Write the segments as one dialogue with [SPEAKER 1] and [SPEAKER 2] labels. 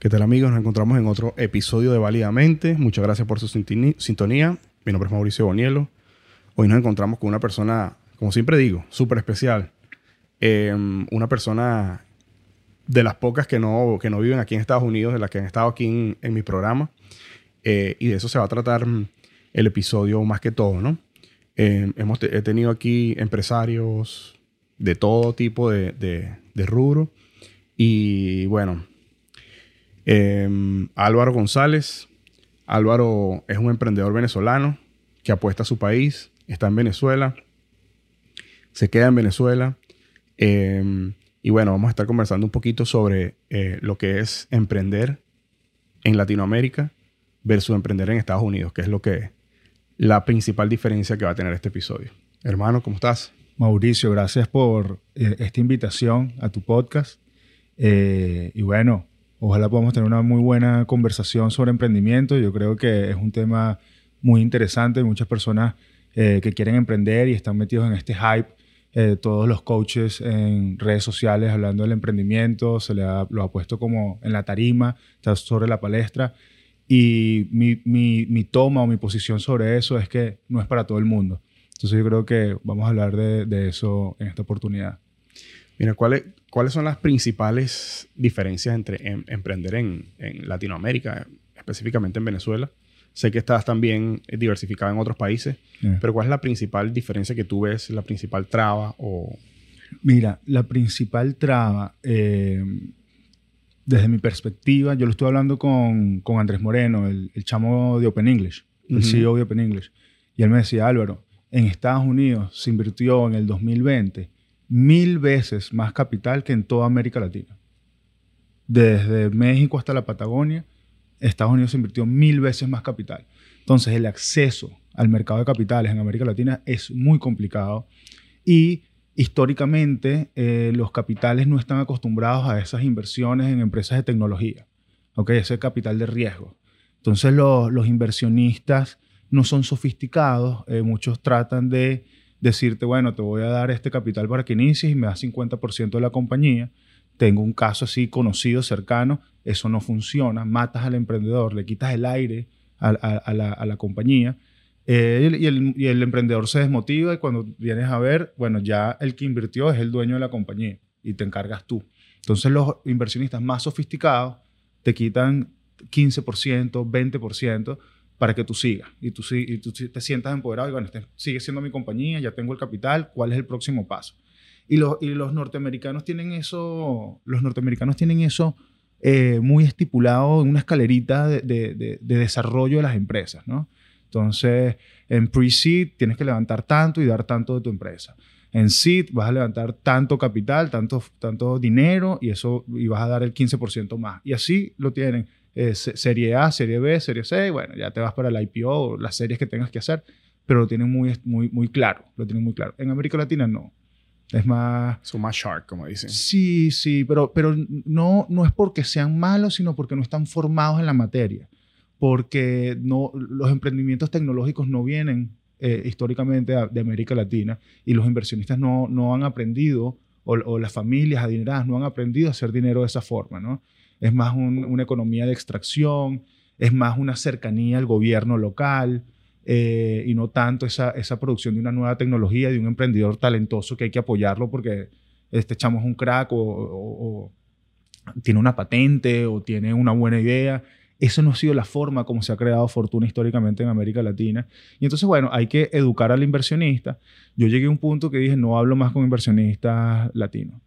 [SPEAKER 1] ¿Qué tal, amigos? Nos encontramos en otro episodio de Válidamente. Muchas gracias por su sintonía. Mi nombre es Mauricio Bonielo. Hoy nos encontramos con una persona, como siempre digo, súper especial. Una persona de las pocas que no viven aquí en Estados Unidos, de las que han estado aquí en mi programa. Y de eso se va a tratar el episodio más que todo, ¿no? He tenido aquí empresarios de todo tipo de rubro. Y bueno, Álvaro González. Álvaro es un emprendedor venezolano que apuesta a su país, está en Venezuela, se queda en Venezuela. Y bueno, vamos a estar conversando un poquito sobre lo que es emprender en Latinoamérica versus emprender en Estados Unidos, que es la principal diferencia que va a tener este episodio. Hermano, ¿cómo estás?
[SPEAKER 2] Mauricio, gracias por esta invitación a tu podcast. Y bueno, ojalá podamos tener una muy buena conversación sobre emprendimiento. Yo creo que es un tema muy interesante. Hay muchas personas que quieren emprender y están metidos en este hype. Todos los coaches en redes sociales hablando del emprendimiento, lo ha puesto como en la tarima, está sobre la palestra. Y mi toma o mi posición sobre eso es que no es para todo el mundo. Entonces yo creo que vamos a hablar de eso en esta oportunidad.
[SPEAKER 1] Mira, ¿cuáles son las principales diferencias entre emprender en Latinoamérica, específicamente en Venezuela? Sé que estás también diversificado en otros países, pero ¿cuál es la principal diferencia que tú ves, la principal traba?
[SPEAKER 2] Mira, la principal traba, desde mi perspectiva, yo lo estuve hablando con Andrés Moreno, el chamo de Open English, el CEO de Open English, y él me decía, Álvaro, en Estados Unidos se invirtió en el 2020 1000 veces más capital que en toda América Latina. Desde México hasta la Patagonia, Estados Unidos se invirtió 1000 veces más capital. Entonces, el acceso al mercado de capitales en América Latina es muy complicado y históricamente los capitales no están acostumbrados a esas inversiones en empresas de tecnología, ¿okay? Ese capital de riesgo. Entonces, los inversionistas no son sofisticados. Muchos tratan de decirte, bueno, te voy a dar este capital para que inicies y me das 50% de la compañía. Tengo un caso así conocido, cercano. Eso no funciona. Matas al emprendedor, le quitas el aire a la compañía. Y el emprendedor se desmotiva y cuando vienes a ver, bueno, ya el que invirtió es el dueño de la compañía y te encargas tú. Entonces los inversionistas más sofisticados te quitan 15%, 20% para que tú sigas. Y tú te sientas empoderado y bueno, sigue siendo mi compañía, ya tengo el capital, ¿cuál es el próximo paso? Y los norteamericanos tienen eso, muy estipulado en una escalerita de desarrollo de las empresas, ¿no? Entonces, en pre-seed tienes que levantar tanto y dar tanto de tu empresa. En seed vas a levantar tanto capital, tanto dinero y vas a dar el 15% más. Y así lo tienen. Serie A, Serie B, Serie C. Bueno, ya te vas para el IPO, las series que tengas que hacer, pero lo tienen muy claro. Lo tienen muy claro. En América Latina no. Es más...
[SPEAKER 1] Son más shark, como dicen.
[SPEAKER 2] Sí, pero no es porque sean malos, sino porque no están formados en la materia. Porque los emprendimientos tecnológicos no vienen históricamente de América Latina y los inversionistas no han aprendido, o las familias adineradas no han aprendido a hacer dinero de esa forma, ¿no? Es más una economía de extracción, es más una cercanía al gobierno local y no tanto esa producción de una nueva tecnología, de un emprendedor talentoso que hay que apoyarlo porque este chamo es un crack o tiene una patente o tiene una buena idea. Eso no ha sido la forma como se ha creado fortuna históricamente en América Latina. Y entonces, bueno, hay que educar al inversionista. Yo llegué a un punto que dije, no hablo más con inversionistas latinos.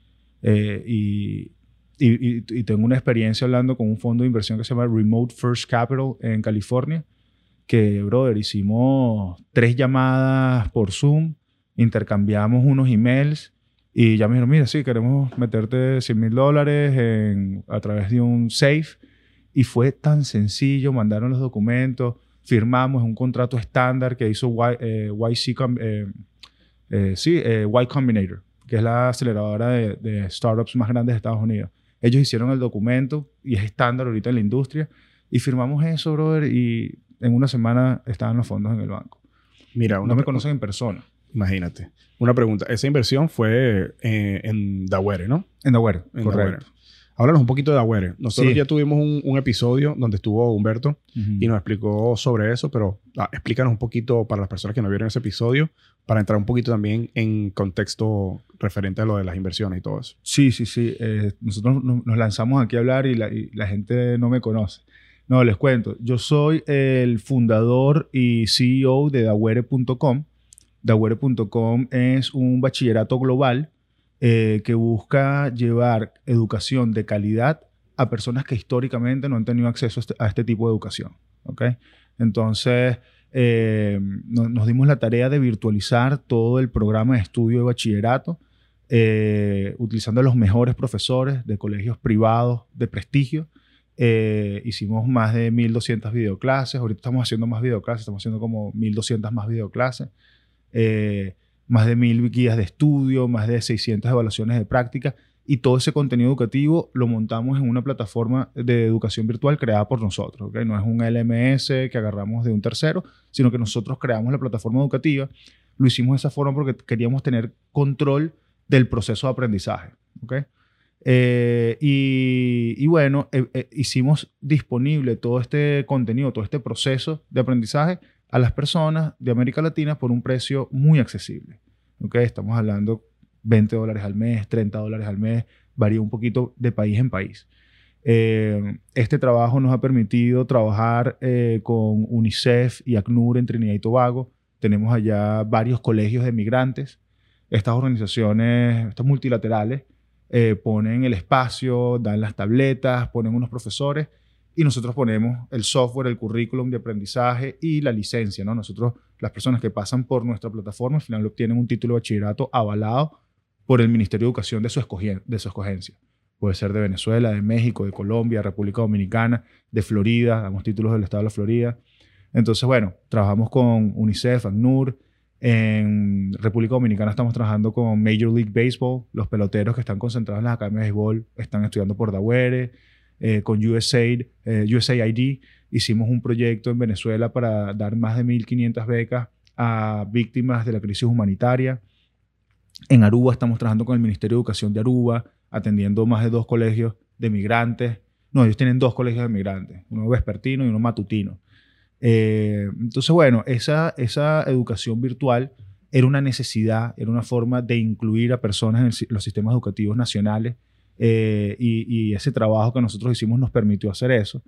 [SPEAKER 2] Y tengo una experiencia hablando con un fondo de inversión que se llama Remote First Capital en California, que, brother, hicimos 3 llamadas por Zoom, intercambiamos unos emails y ya me dijeron, mira, sí, queremos meterte $100,000 a través de un safe. Y fue tan sencillo, mandaron los documentos, firmamos un contrato estándar que hizo Y Combinator, que es la aceleradora de startups más grandes de Estados Unidos. Ellos hicieron el documento y es estándar ahorita en la industria. Y firmamos eso, brother, y en una semana estaban los fondos en el banco.
[SPEAKER 1] Mira,
[SPEAKER 2] no me conocen en persona.
[SPEAKER 1] Imagínate. Una pregunta. Esa inversión fue en Daware, ¿no?
[SPEAKER 2] En Daware, correcto.
[SPEAKER 1] Daware. Háblanos un poquito de Agüere. Nosotros
[SPEAKER 2] Sí.
[SPEAKER 1] ya tuvimos un episodio donde estuvo Humberto y nos explicó sobre eso, pero explícanos un poquito para las personas que no vieron ese episodio, para entrar un poquito también en contexto referente a lo de las inversiones y todo eso.
[SPEAKER 2] Sí. Nosotros nos lanzamos aquí a hablar y la gente no me conoce. No, les cuento. Yo soy el fundador y CEO de Dawere.com. Dawere.com es un bachillerato global que busca llevar educación de calidad a personas que históricamente no han tenido acceso a este tipo de educación. ¿Okay? Entonces, nos dimos la tarea de virtualizar todo el programa de estudio de bachillerato, utilizando a los mejores profesores de colegios privados de prestigio. Hicimos más de 1,200 videoclases. Ahorita estamos haciendo más videoclases, estamos haciendo como 1,200 más videoclases. Más de 1,000 guías de estudio, más de 600 evaluaciones de práctica, y todo ese contenido educativo lo montamos en una plataforma de educación virtual creada por nosotros. ¿Okay? No es un LMS que agarramos de un tercero, sino que nosotros creamos la plataforma educativa. Lo hicimos de esa forma porque queríamos tener control del proceso de aprendizaje. ¿Okay? Bueno, hicimos disponible todo este contenido, todo este proceso de aprendizaje a las personas de América Latina por un precio muy accesible. ¿Okay? Estamos hablando $20 al mes, $30 al mes, varía un poquito de país en país. Este trabajo nos ha permitido trabajar con UNICEF y ACNUR en Trinidad y Tobago. Tenemos allá varios colegios de migrantes. Estas organizaciones, estas multilaterales, ponen el espacio, dan las tabletas, ponen unos profesores, y nosotros ponemos el software, el currículum de aprendizaje y la licencia, ¿no? Nosotros, las personas que pasan por nuestra plataforma, al final obtienen un título de bachillerato avalado por el Ministerio de Educación de su escogencia. Puede ser de Venezuela, de México, de Colombia, República Dominicana, de Florida, damos títulos del estado de la Florida. Entonces, bueno, trabajamos con UNICEF, ACNUR. En República Dominicana estamos trabajando con Major League Baseball. Los peloteros que están concentrados en las academias de béisbol están estudiando por Dawere. Con USAID hicimos un proyecto en Venezuela para dar más de 1,500 becas a víctimas de la crisis humanitaria. En Aruba estamos trabajando con el Ministerio de Educación de Aruba, atendiendo más de 2 colegios de migrantes. No, ellos tienen 2 colegios de migrantes, uno vespertino y uno matutino. Entonces, bueno, esa educación virtual era una necesidad, era una forma de incluir a personas en los sistemas educativos nacionales. Y ese trabajo que nosotros hicimos nos permitió hacer eso.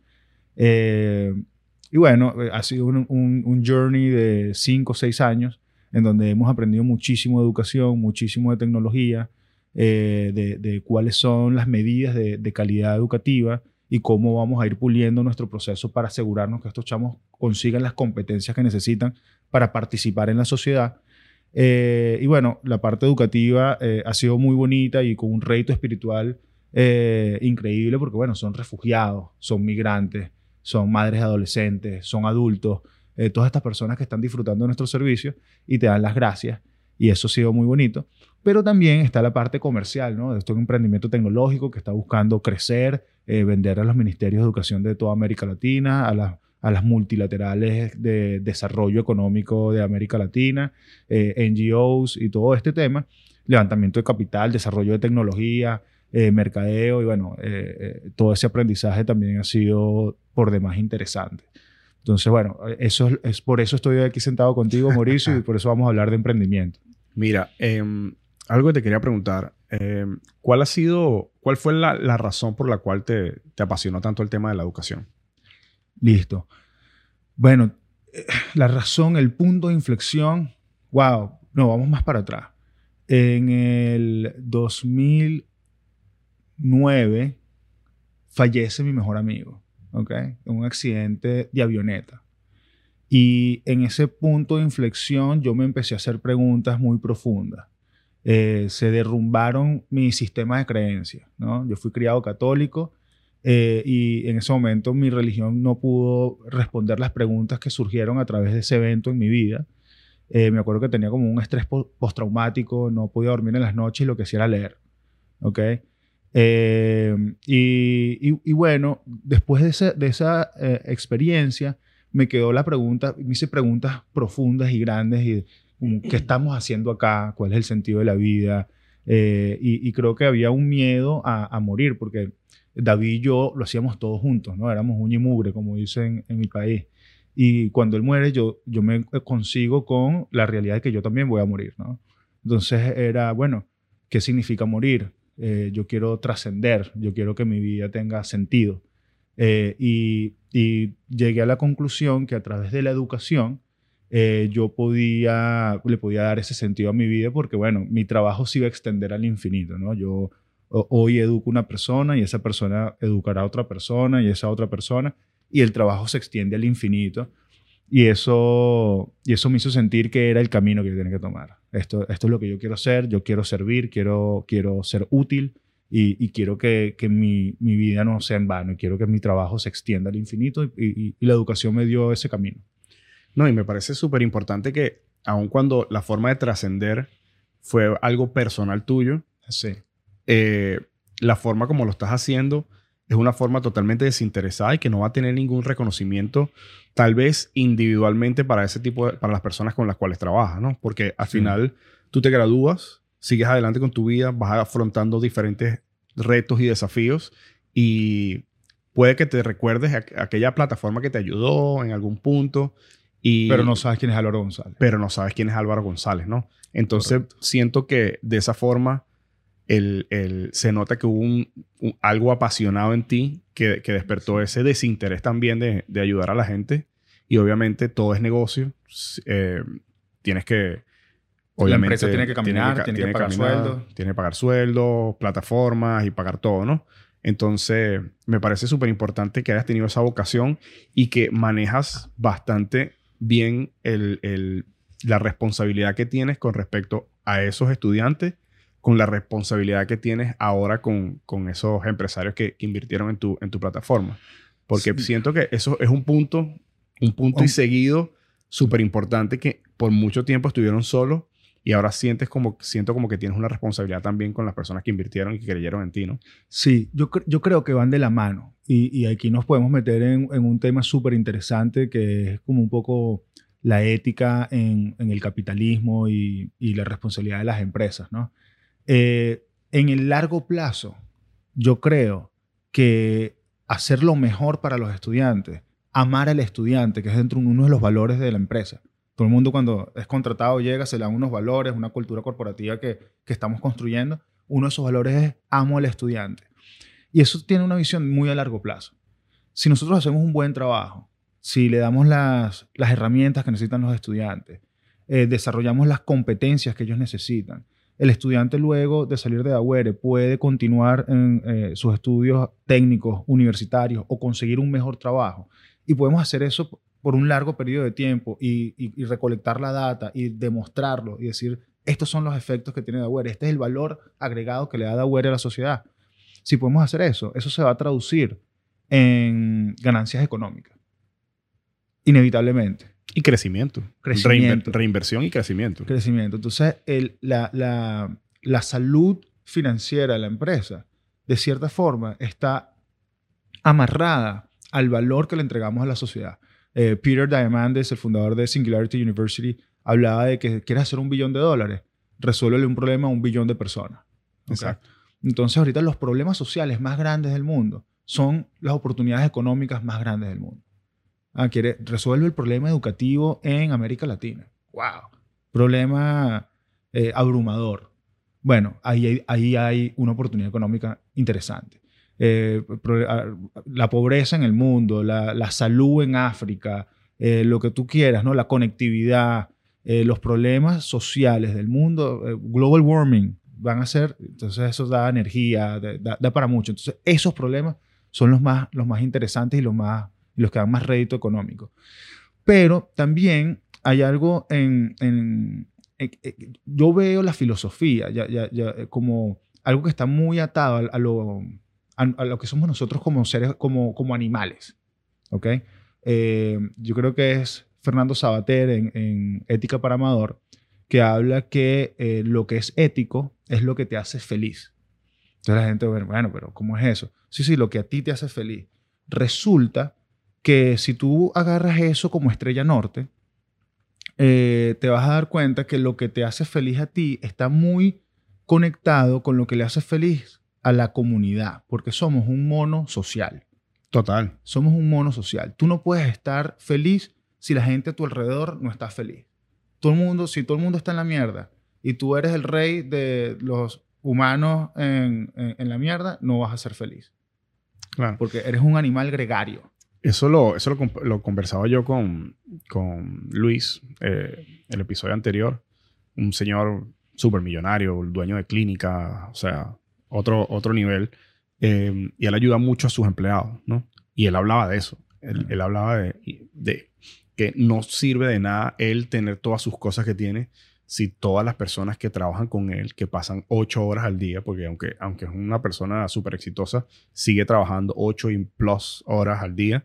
[SPEAKER 2] Y bueno, ha sido un journey de 5 o 6 años en donde hemos aprendido muchísimo de educación, muchísimo de tecnología, de cuáles son las medidas de calidad educativa y cómo vamos a ir puliendo nuestro proceso para asegurarnos que estos chamos consigan las competencias que necesitan para participar en la sociedad. Y bueno, la parte educativa ha sido muy bonita y con un reto espiritual increíble, porque bueno, son refugiados, son migrantes, son madres adolescentes, son adultos, todas estas personas que están disfrutando de nuestro servicio y te dan las gracias, y eso ha sido muy bonito. Pero también está la parte comercial, ¿no? Esto es un emprendimiento tecnológico que está buscando crecer, vender a los ministerios de educación de toda América Latina, a las multilaterales de desarrollo económico de América Latina, NGOs y todo este tema, levantamiento de capital, desarrollo de tecnología, mercadeo, y bueno, todo ese aprendizaje también ha sido por demás interesante. Entonces, bueno, eso es por eso estoy aquí sentado contigo, Mauricio, y por eso vamos a hablar de emprendimiento.
[SPEAKER 1] Mira, algo que te quería preguntar, ¿cuál fue la razón por la cual te apasionó tanto el tema de la educación?
[SPEAKER 2] Listo. Bueno, la razón, el punto de inflexión, wow, no, vamos más para atrás. En el 2009 fallece mi mejor amigo, ¿ok? En un accidente de avioneta. Y en ese punto de inflexión yo me empecé a hacer preguntas muy profundas. Se derrumbaron mi sistema de creencias, ¿no? Yo fui criado católico. Y en ese momento mi religión no pudo responder las preguntas que surgieron a través de ese evento en mi vida. Me acuerdo que tenía como un estrés postraumático, no podía dormir en las noches y lo que hacía era leer. ¿Okay? Y bueno, después de esa experiencia me quedó la pregunta, me hice preguntas profundas y grandes y ¿qué estamos haciendo acá? ¿Cuál es el sentido de la vida? Y creo que había un miedo a morir porque David y yo lo hacíamos todos juntos, ¿no? Éramos uña y mugre, como dicen en mi país. Y cuando él muere, yo me consigo con la realidad de que yo también voy a morir, ¿no? Entonces era, bueno, ¿qué significa morir? Yo quiero trascender, yo quiero que mi vida tenga sentido. Y llegué a la conclusión que a través de la educación yo le podía dar ese sentido a mi vida porque, bueno, mi trabajo se iba a extender al infinito, ¿no? Yo hoy educo a una persona y esa persona educará a otra persona y esa otra persona y el trabajo se extiende al infinito. Y eso me hizo sentir que era el camino que yo tenía que tomar. Esto es lo que yo quiero hacer, yo quiero servir, quiero ser útil y quiero que mi vida no sea en vano y quiero que mi trabajo se extienda al infinito y la educación me dio ese camino.
[SPEAKER 1] No, y me parece súper importante que aun cuando la forma de trascender fue algo personal tuyo,
[SPEAKER 2] Sí.
[SPEAKER 1] La forma como lo estás haciendo es una forma totalmente desinteresada y que no va a tener ningún reconocimiento, tal vez individualmente para para las personas con las cuales trabajas, ¿no? Porque al final tú te gradúas, sigues adelante con tu vida, vas afrontando diferentes retos y desafíos y puede que te recuerdes aquella plataforma que te ayudó en algún punto.
[SPEAKER 2] Pero no sabes quién es Álvaro González.
[SPEAKER 1] Pero no sabes quién es Álvaro González, ¿no? Entonces siento que de esa forma se nota que hubo algo apasionado en ti que despertó ese desinterés también de ayudar a la gente. Y obviamente todo es negocio. Tienes que... Obviamente,
[SPEAKER 2] la empresa tiene que caminar, tiene que pagar sueldos.
[SPEAKER 1] Tiene que pagar sueldos, plataformas y pagar todo, ¿no? Entonces, me parece súper importante que hayas tenido esa vocación y que manejas bastante bien la responsabilidad que tienes con respecto a esos estudiantes, con la responsabilidad que tienes ahora con esos empresarios que invirtieron en tu plataforma. Porque siento que eso es un punto y seguido súper importante que por mucho tiempo estuvieron solos y ahora siento como que tienes una responsabilidad también con las personas que invirtieron y que creyeron en ti, ¿no?
[SPEAKER 2] Sí, yo creo que van de la mano. Y aquí nos podemos meter en un tema súper interesante que es como un poco la ética en el capitalismo y la responsabilidad de las empresas, ¿no? En el largo plazo, yo creo que hacer lo mejor para los estudiantes, amar al estudiante, que es dentro de uno de los valores de la empresa. Todo el mundo cuando es contratado llega, se le dan unos valores, una cultura corporativa que estamos construyendo. Uno de esos valores es amo al estudiante. Y eso tiene una visión muy a largo plazo. Si nosotros hacemos un buen trabajo, si le damos las herramientas que necesitan los estudiantes, desarrollamos las competencias que ellos necesitan, el estudiante luego de salir de Agüere puede continuar en sus estudios técnicos, universitarios o conseguir un mejor trabajo. Y podemos hacer eso por un largo periodo de tiempo y recolectar la data y demostrarlo y decir, estos son los efectos que tiene Agüere, este es el valor agregado que le da Agüere a la sociedad. Si podemos hacer eso, eso se va a traducir en ganancias económicas. Inevitablemente.
[SPEAKER 1] Y crecimiento. Reinversión y crecimiento.
[SPEAKER 2] Entonces, la salud financiera de la empresa, de cierta forma, está amarrada al valor que le entregamos a la sociedad. Peter Diamandis, el fundador de Singularity University, hablaba de que quieres hacer $1 billón, resuélvele un problema a 1 billón de personas. ¿Okay?
[SPEAKER 1] Exacto.
[SPEAKER 2] Entonces, ahorita los problemas sociales más grandes del mundo son las oportunidades económicas más grandes del mundo. Resuelve el problema educativo en América Latina. ¡Wow! Problema abrumador. Bueno, ahí hay una oportunidad económica interesante. La pobreza en el mundo, la salud en África, lo que tú quieras, ¿no? La conectividad, los problemas sociales del mundo, global warming, van a ser, entonces eso da energía, da para mucho. Entonces esos problemas son los más interesantes y los que dan más rédito económico. Pero también hay algo yo veo la filosofía como algo que está muy atado a lo que somos nosotros como seres, como animales. ¿Okay? Yo creo que es Fernando Sabater en Ética para Amador, que habla que lo que es ético es lo que te hace feliz. Entonces la gente va a ver, bueno, pero ¿cómo es eso? Sí, lo que a ti te hace feliz. Resulta que si tú agarras eso como estrella norte, te vas a dar cuenta que lo que te hace feliz a ti está muy conectado con lo que le hace feliz a la comunidad, porque somos un mono social.
[SPEAKER 1] Total.
[SPEAKER 2] Somos un mono social. Tú no puedes estar feliz si la gente a tu alrededor no está feliz. Si todo el mundo está en la mierda y tú eres el rey de los humanos en la mierda, no vas a ser feliz.
[SPEAKER 1] Claro.
[SPEAKER 2] Porque eres un animal gregario.
[SPEAKER 1] Eso lo conversaba yo con Luis, el episodio anterior. Un señor súper millonario, dueño de clínica, o sea, otro nivel. Y él ayuda mucho a sus empleados, ¿no? Y él hablaba de eso. Él hablaba de que no sirve de nada él tener todas sus cosas que tiene si todas las personas que trabajan con él, que pasan 8 horas al día, porque aunque es una persona súper exitosa, sigue trabajando 8 y plus horas al día.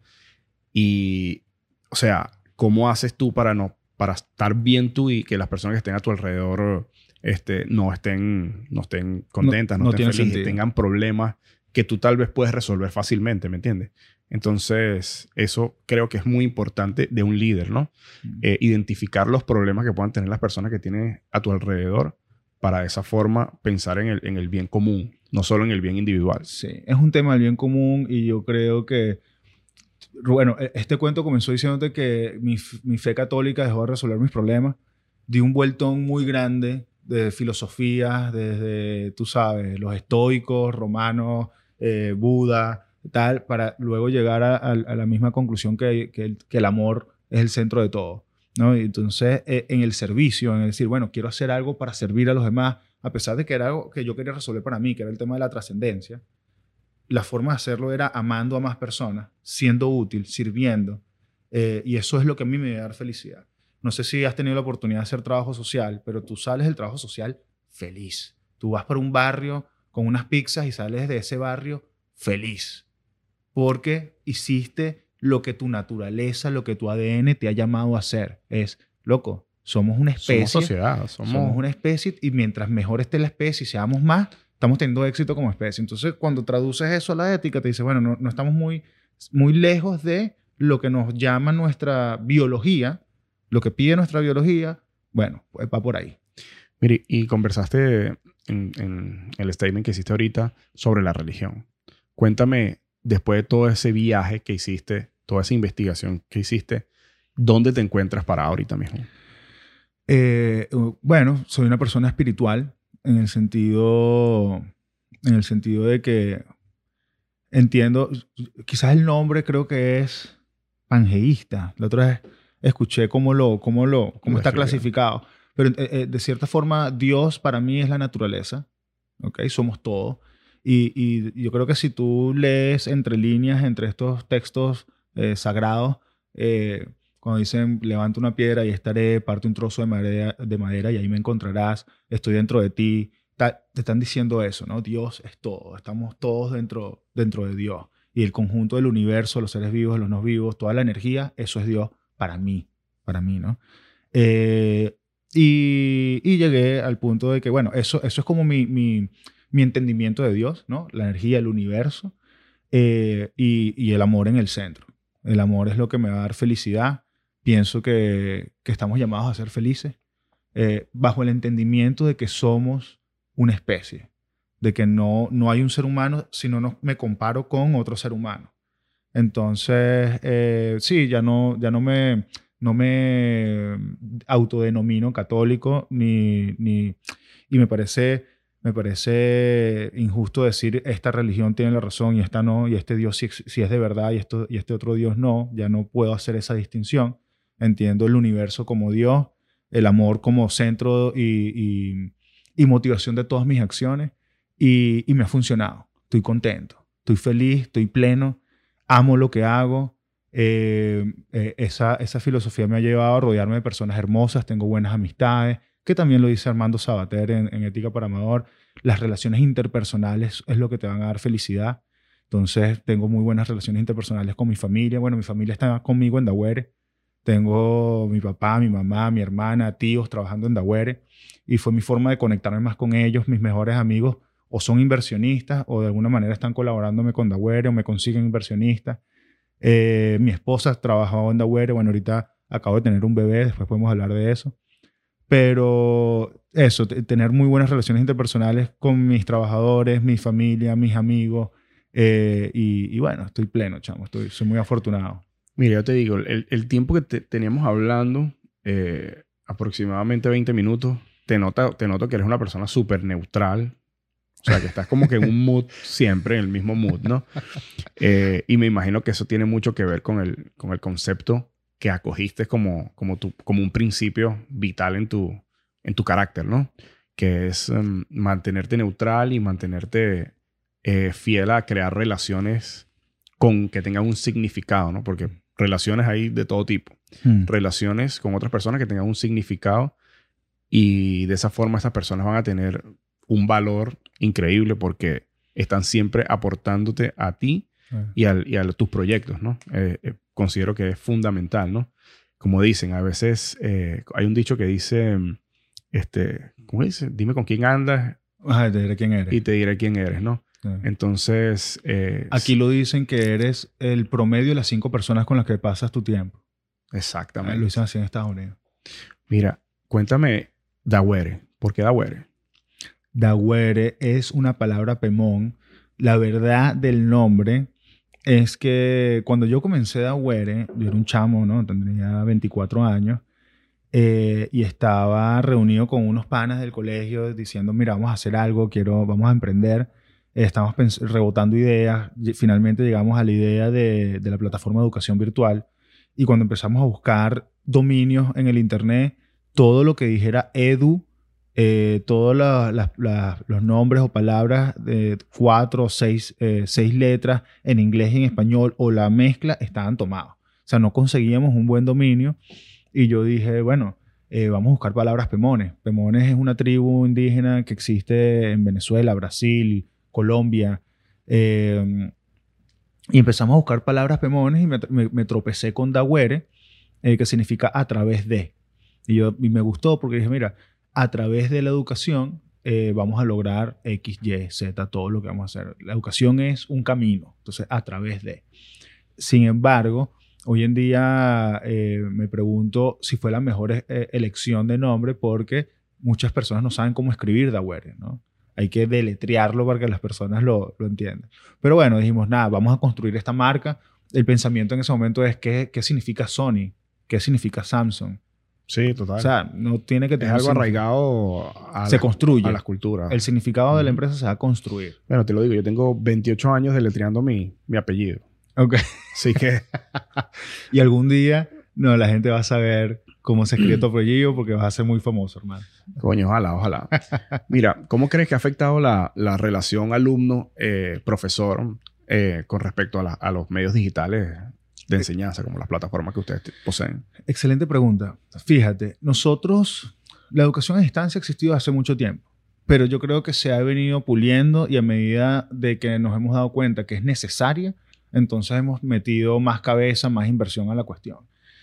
[SPEAKER 1] Y, o sea, ¿cómo haces tú para estar bien tú y que las personas que estén a tu alrededor no estén contentas, no estén felices, tengan problemas que tú tal vez puedes resolver fácilmente, ¿me entiendes? Entonces, eso creo que es muy importante de un líder, ¿no? Identificar los problemas que puedan tener las personas que tienes a tu alrededor para de esa forma pensar en el bien común, no solo en el bien individual.
[SPEAKER 2] Sí, es un tema del bien común y yo creo que, bueno, este cuento comenzó diciéndote que mi fe católica dejó de resolver mis problemas. Di un vueltón muy grande de filosofías, desde, tú sabes, los estoicos, romanos, Buda, tal, para luego llegar a la misma conclusión que el amor es el centro de todo, ¿no? Y entonces, en el servicio, en el decir, bueno, quiero hacer algo para servir a los demás, a pesar de que era algo que yo quería resolver para mí, que era el tema de la trascendencia, la forma de hacerlo era amando a más personas, siendo útil, sirviendo, y eso es lo que a mí me da dar felicidad. No sé si has tenido la oportunidad de hacer trabajo social, pero tú sales del trabajo social feliz. Tú vas para un barrio con unas pizzas y sales de ese barrio feliz. Porque hiciste lo que tu naturaleza, lo que tu ADN te ha llamado a hacer. Es, loco, somos una especie.
[SPEAKER 1] Somos sociedad.
[SPEAKER 2] Somos una especie y mientras mejor esté la especie y seamos más, estamos teniendo éxito como especie. Entonces, cuando traduces eso a la ética, te dices, bueno, no estamos muy lejos de lo que nos llama nuestra biología, lo que pide nuestra biología, bueno, pues va por ahí.
[SPEAKER 1] Mire, y conversaste en el statement que hiciste ahorita sobre la religión. Cuéntame, después de todo ese viaje que hiciste, toda esa investigación que hiciste, ¿dónde te encuentras parado ahorita mismo?
[SPEAKER 2] Bueno, soy una persona espiritual en el sentido de que entiendo, quizás el nombre creo que es pangeísta. La otra vez escuché cómo está clasificado. Pero de cierta forma, Dios para mí es la naturaleza. ¿Okay? Somos todo. Y yo creo que si tú lees entre líneas, entre estos textos sagrados, cuando dicen, levanta una piedra y estaré, parte un trozo de madera y ahí me encontrarás, estoy dentro de ti. Te están diciendo eso, ¿no? Dios es todo. Estamos todos dentro de Dios. Y el conjunto del universo, los seres vivos, los no vivos, toda la energía, eso es Dios para mí, ¿no? Y llegué al punto de que, bueno, eso es como mi entendimiento de Dios, ¿no? La energía, el universo y el amor en el centro. El amor es lo que me va a dar felicidad. Pienso que estamos llamados a ser felices bajo el entendimiento de que somos una especie, de que no hay un ser humano si no me comparo con otro ser humano. Entonces, sí, ya no me autodenomino católico y me parece injusto decir esta religión tiene la razón y esta no, y este Dios sí es de verdad y este otro Dios no. Ya no puedo hacer esa distinción. Entiendo el universo como Dios, el amor como centro y motivación de todas mis acciones y me ha funcionado. Estoy contento, estoy feliz, estoy pleno, amo lo que hago. Esa filosofía me ha llevado a rodearme de personas hermosas, tengo buenas amistades, que también lo dice Armando Sabater en Ética para Amador. Las relaciones interpersonales es lo que te van a dar felicidad. Entonces, tengo muy buenas relaciones interpersonales con mi familia. Bueno, mi familia está conmigo en Daguere. Tengo mi papá, mi mamá, mi hermana, tíos trabajando en Daguere. Y fue mi forma de conectarme más con ellos. Mis mejores amigos o son inversionistas o de alguna manera están colaborándome con Daguere o me consiguen inversionistas. Mi esposa trabajaba en Daguere. Bueno, ahorita acabo de tener un bebé. Después podemos hablar de eso. Pero eso, tener muy buenas relaciones interpersonales con mis trabajadores, mi familia, mis amigos. Y bueno, estoy pleno, chamo. Soy muy afortunado.
[SPEAKER 1] Mira, yo te digo, el tiempo que teníamos hablando, aproximadamente 20 minutos, te noto que eres una persona súper neutral. O sea, que estás como que en un mood siempre, en el mismo mood, ¿no? Y me imagino que eso tiene mucho que ver con el concepto que acogiste como un principio vital en tu carácter, ¿no? Que es mantenerte neutral y mantenerte fiel a crear relaciones que tengan un significado, ¿no? Porque relaciones hay de todo tipo. Relaciones con otras personas que tengan un significado y de esa forma esas personas van a tener un valor increíble porque están siempre aportándote a ti y a tus proyectos, ¿no? Considero que es fundamental, ¿no? Como dicen, a veces hay un dicho que dice, ¿cómo dice? Dime con quién andas.
[SPEAKER 2] Ajá, te diré quién eres.
[SPEAKER 1] Y te diré quién eres, ¿no? Entonces...
[SPEAKER 2] aquí lo dicen que eres el promedio de las 5 personas con las que pasas tu tiempo.
[SPEAKER 1] Exactamente.
[SPEAKER 2] Lo dicen así en Estados Unidos.
[SPEAKER 1] Mira, cuéntame Dawere. ¿Por qué Dawere?
[SPEAKER 2] Dawere es una palabra pemón. La verdad del nombre es que cuando yo comencé Dawere, yo era un chamo, ¿no? Tendría 24 años. Y estaba reunido con unos panas del colegio diciendo, mira, vamos a hacer algo, vamos a emprender. Estamos rebotando ideas. Finalmente llegamos a la idea de la plataforma de educación virtual. Y cuando empezamos a buscar dominios en el internet, todo lo que dijera edu, todos los nombres o palabras de 4 o 6 letras en inglés y en español o la mezcla estaban tomados. O sea, no conseguíamos un buen dominio. Y yo dije, bueno, vamos a buscar palabras pemones. Pemones es una tribu indígena que existe en Venezuela, Brasil, Colombia. Y empezamos a buscar palabras pemones y me tropecé con Dawere, que significa a través de. Y me gustó porque dije, mira, a través de la educación vamos a lograr X, Y, Z, todo lo que vamos a hacer. La educación es un camino, entonces a través de. Sin embargo, hoy en día me pregunto si fue la mejor elección de nombre porque muchas personas no saben cómo escribir Dawere, ¿no? Hay que deletrearlo para que las personas lo entiendan. Pero bueno, dijimos, nada, vamos a construir esta marca. El pensamiento en ese momento es ¿qué significa Sony? ¿Qué significa Samsung?
[SPEAKER 1] Sí, total.
[SPEAKER 2] O sea, no tiene que tener...
[SPEAKER 1] Es algo arraigado
[SPEAKER 2] construye.
[SPEAKER 1] A las culturas.
[SPEAKER 2] El significado de la empresa se va a construir.
[SPEAKER 1] Bueno, te lo digo, yo tengo 28 años deletreando mi apellido.
[SPEAKER 2] Ok.
[SPEAKER 1] Así que...
[SPEAKER 2] Y algún día, no, la gente va a saber cómo se escribe tu apellido porque vas a ser muy famoso, hermano.
[SPEAKER 1] Coño, ojalá. Mira, ¿cómo crees que ha afectado la relación alumno-profesor con respecto a los medios digitales de enseñanza, como las plataformas que ustedes poseen?
[SPEAKER 2] Excelente pregunta. Fíjate, la educación a distancia ha existido hace mucho tiempo, pero yo creo que se ha venido puliendo y a medida de que nos hemos dado cuenta que es necesaria, entonces hemos metido más cabeza, más inversión a la cuestión.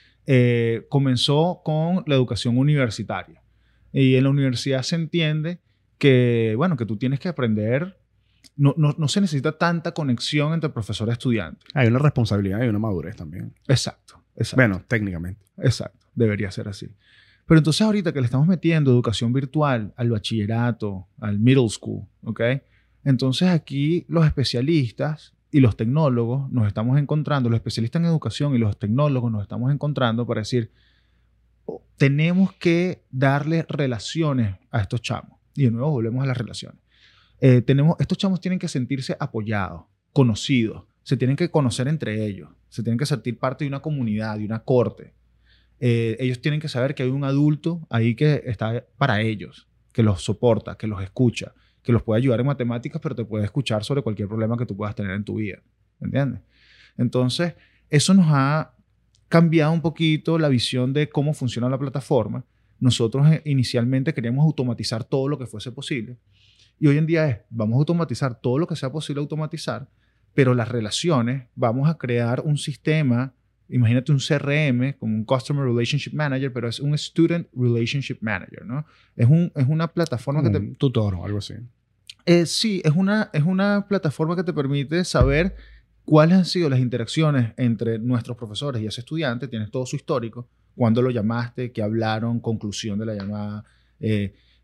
[SPEAKER 2] Comenzó con la educación universitaria y en la universidad se entiende que, bueno, que tú tienes que aprender. No se necesita tanta conexión entre profesor y estudiante.
[SPEAKER 1] Hay una responsabilidad y una madurez también.
[SPEAKER 2] Exacto.
[SPEAKER 1] Bueno, técnicamente.
[SPEAKER 2] Exacto. Debería ser así. Pero entonces ahorita que le estamos metiendo educación virtual al bachillerato, al middle school, ¿ok? Entonces aquí los especialistas y los tecnólogos nos estamos encontrando, los especialistas en educación y los tecnólogos nos estamos encontrando para decir, tenemos que darle relaciones a estos chamos. Y de nuevo volvemos a las relaciones. Estos chamos tienen que sentirse apoyados, conocidos, se tienen que conocer entre ellos, se tienen que sentir parte de una comunidad, de una corte. Ellos tienen que saber que hay un adulto ahí que está para ellos, que los soporta, que los escucha, que los puede ayudar en matemáticas, pero te puede escuchar sobre cualquier problema que tú puedas tener en tu vida. ¿Me entiendes? Entonces, eso nos ha cambiado un poquito la visión de cómo funciona la plataforma. Nosotros inicialmente queríamos automatizar todo lo que fuese posible. Y hoy en día vamos a automatizar todo lo que sea posible automatizar, pero las relaciones, vamos a crear un sistema, imagínate un CRM, como un Customer Relationship Manager, pero es un Student Relationship Manager, ¿no? Es una plataforma que te...
[SPEAKER 1] Un tutor o algo así.
[SPEAKER 2] Sí, es una plataforma que te permite saber cuáles han sido las interacciones entre nuestros profesores y ese estudiante. Tienes todo su histórico, cuándo lo llamaste, qué hablaron, conclusión de la llamada,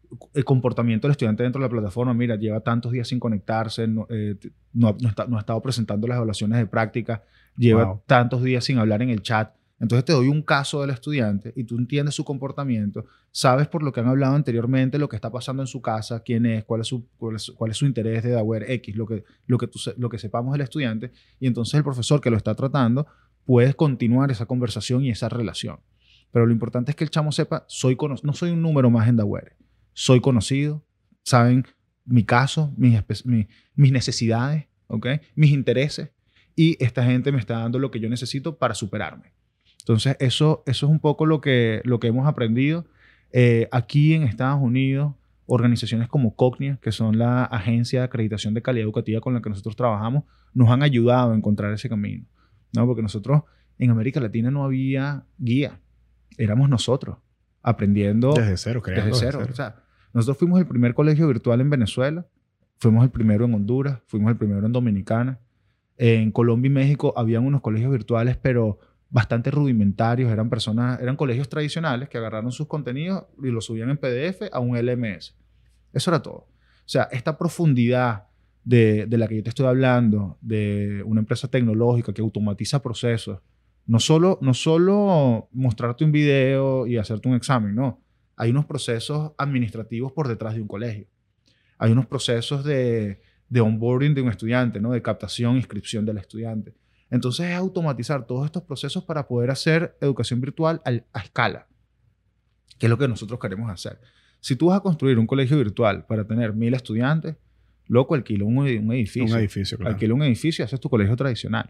[SPEAKER 2] el comportamiento del estudiante dentro de la plataforma. Mira, lleva tantos días sin conectarse, no ha estado presentando las evaluaciones de práctica, lleva tantos días sin hablar en el chat. Entonces te doy un caso del estudiante y tú entiendes su comportamiento, sabes por lo que han hablado anteriormente, lo que está pasando en su casa, quién es, cuál es su interés de Daware X, lo que sepamos del estudiante, y entonces el profesor que lo está tratando puede continuar esa conversación y esa relación. Pero lo importante es que el chamo sepa, no soy un número más en Daware, soy conocido, saben mi caso, mis necesidades, ¿okay? Mis intereses, y esta gente me está dando lo que yo necesito para superarme. Entonces, eso es un poco lo que hemos aprendido. Aquí en Estados Unidos, organizaciones como Cognia, que son la agencia de acreditación de calidad educativa con la que nosotros trabajamos, nos han ayudado a encontrar ese camino, ¿no? Porque nosotros en América Latina no había guía. Éramos nosotros aprendiendo
[SPEAKER 1] desde cero, creando
[SPEAKER 2] desde cero. O sea, nosotros fuimos el primer colegio virtual en Venezuela, fuimos el primero en Honduras, fuimos el primero en Dominicana. En Colombia y México habían unos colegios virtuales, pero bastante rudimentarios. Eran colegios tradicionales que agarraron sus contenidos y los subían en PDF a un LMS. Eso era todo. O sea, esta profundidad de la que yo te estoy hablando, de una empresa tecnológica que automatiza procesos, no solo mostrarte un video y hacerte un examen, no. Hay unos procesos administrativos por detrás de un colegio. Hay unos procesos de onboarding de un estudiante, ¿no? De captación e inscripción del estudiante. Entonces es automatizar todos estos procesos para poder hacer educación virtual a escala, que es lo que nosotros queremos hacer. Si tú vas a construir un colegio virtual para tener 1000 estudiantes, loco, alquila un edificio.
[SPEAKER 1] Un edificio, claro.
[SPEAKER 2] Alquila un edificio y haces tu colegio tradicional.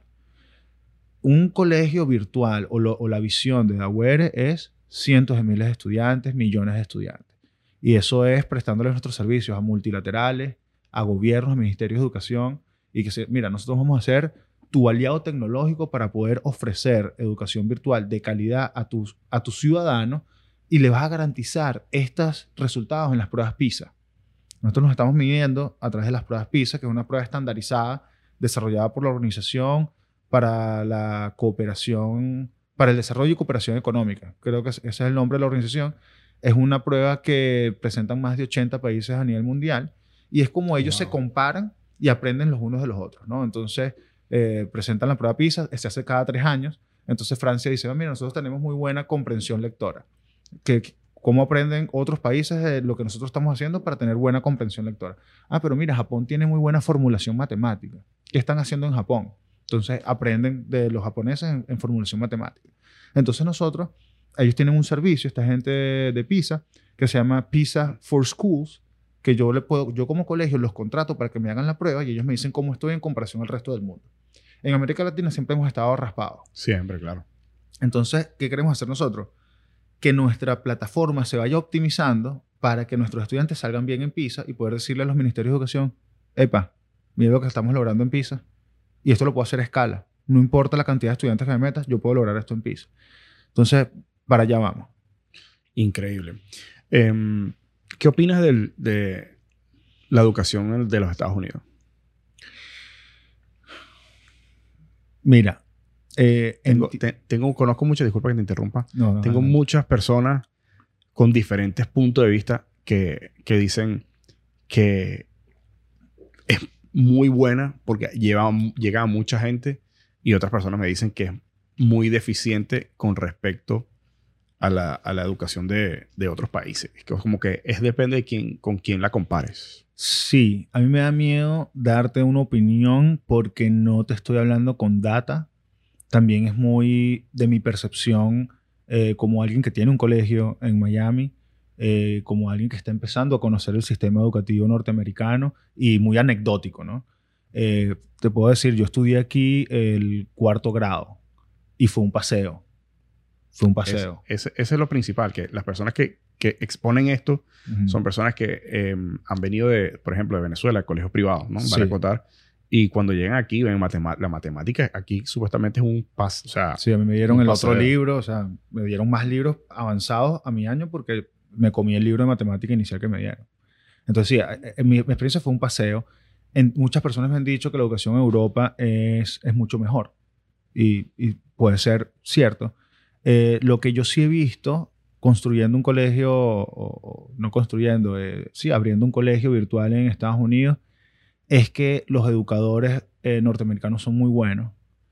[SPEAKER 2] Un colegio virtual o la visión de Daware es cientos de miles de estudiantes, millones de estudiantes. Y eso es prestándoles nuestros servicios a multilaterales, a gobiernos, a ministerios de educación, y mira, nosotros vamos a hacer tu aliado tecnológico para poder ofrecer educación virtual de calidad a tus ciudadanos, y le vas a garantizar estos resultados en las pruebas PISA. Nosotros nos estamos midiendo a través de las pruebas PISA, que es una prueba estandarizada desarrollada por la Organización para la Cooperación, para el Desarrollo y Cooperación Económica. Creo que ese es el nombre de la organización. Es una prueba que presentan más de 80 países a nivel mundial, y es como ellos se comparan y aprenden los unos de los otros, ¿no? Entonces, presentan la prueba PISA, se hace cada 3 años. Entonces Francia dice, mira, nosotros tenemos muy buena comprensión lectora. ¿Cómo aprenden otros países de lo que nosotros estamos haciendo para tener buena comprensión lectora? Pero mira, Japón tiene muy buena formulación matemática. ¿Qué están haciendo en Japón? Entonces aprenden de los japoneses en formulación matemática. Entonces ellos tienen un servicio, esta gente de PISA, que se llama PISA for Schools, que yo como colegio los contrato para que me hagan la prueba y ellos me dicen cómo estoy en comparación al resto del mundo. En América Latina siempre hemos estado raspados.
[SPEAKER 1] Siempre, claro.
[SPEAKER 2] Entonces, ¿qué queremos hacer nosotros? Que nuestra plataforma se vaya optimizando para que nuestros estudiantes salgan bien en PISA y poder decirle a los ministerios de educación, epa, mira lo que estamos logrando en PISA y esto lo puedo hacer a escala. No importa la cantidad de estudiantes que me metas, yo puedo lograr esto en PISA. Entonces, para allá vamos.
[SPEAKER 1] Increíble. ¿Qué opinas de la educación de los Estados Unidos?
[SPEAKER 2] Mira,
[SPEAKER 1] conozco muchas, disculpa que te interrumpa.
[SPEAKER 2] Tengo
[SPEAKER 1] muchas personas con diferentes puntos de vista que dicen que es muy buena porque llega a mucha gente, y otras personas me dicen que es muy deficiente con respecto a la educación de otros países. Es como que depende de con quién la compares.
[SPEAKER 2] Sí, a mí me da miedo darte una opinión porque no te estoy hablando con data. También es muy de mi percepción como alguien que tiene un colegio en Miami, como alguien que está empezando a conocer el sistema educativo norteamericano, y muy anecdótico, ¿no? Te puedo decir, yo estudié aquí el 4º grado y fue un paseo. Fue un paseo.
[SPEAKER 1] Ese es lo principal, que las personas que exponen esto son personas que han venido por ejemplo, de Venezuela, colegios privados, ¿no? Van a contar. Y cuando llegan aquí, ven la matemática, aquí supuestamente es un paso. O sea,
[SPEAKER 2] sí, a mí me dieron el otro libro, o sea, me dieron más libros avanzados a mi año porque me comí el libro de matemática inicial que me dieron. Entonces, sí, mi experiencia fue un paseo. Muchas personas me han dicho que la educación en Europa es mucho mejor. Y puede ser cierto. Lo que yo sí he visto construyendo un colegio, no construyendo, sí, abriendo un colegio virtual en Estados Unidos, es que los educadores norteamericanos son muy buenos.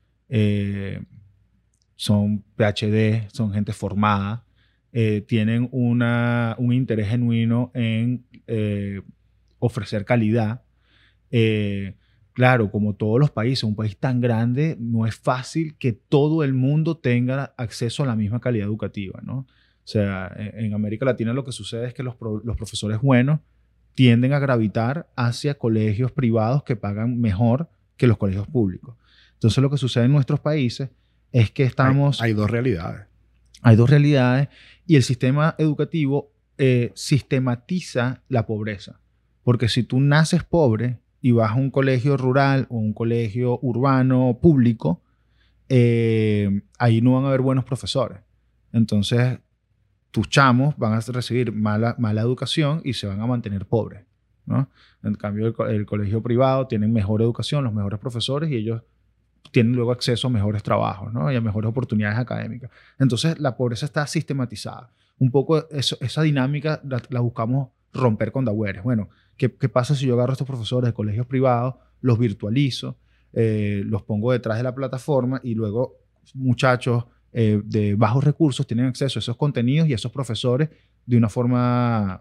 [SPEAKER 2] Son PhD, son gente formada, tienen un interés genuino en ofrecer calidad. Claro, como todos los países, un país tan grande, no es fácil que todo el mundo tenga acceso a la misma calidad educativa, ¿no? O sea, en América Latina lo que sucede es que los profesores buenos tienden a gravitar hacia colegios privados que pagan mejor que los colegios públicos. Entonces, lo que sucede en nuestros países es que estamos...
[SPEAKER 1] Hay dos realidades.
[SPEAKER 2] Hay dos realidades y el sistema educativo sistematiza la pobreza. Porque si tú naces pobre y vas a un colegio rural o un colegio urbano público, ahí no van a haber buenos profesores. Entonces, tus chamos van a recibir mala educación y se van a mantener pobres, ¿no? En cambio, el colegio privado tiene mejor educación, los mejores profesores y ellos tienen luego acceso a mejores trabajos, ¿no? Y a mejores oportunidades académicas. Entonces, la pobreza está sistematizada. Un poco esa dinámica la buscamos romper con Daguerre. Bueno, ¿qué pasa si yo agarro a estos profesores de colegios privados, los virtualizo, los pongo detrás de la plataforma y luego muchachos de bajos recursos tienen acceso a esos contenidos y a esos profesores de una forma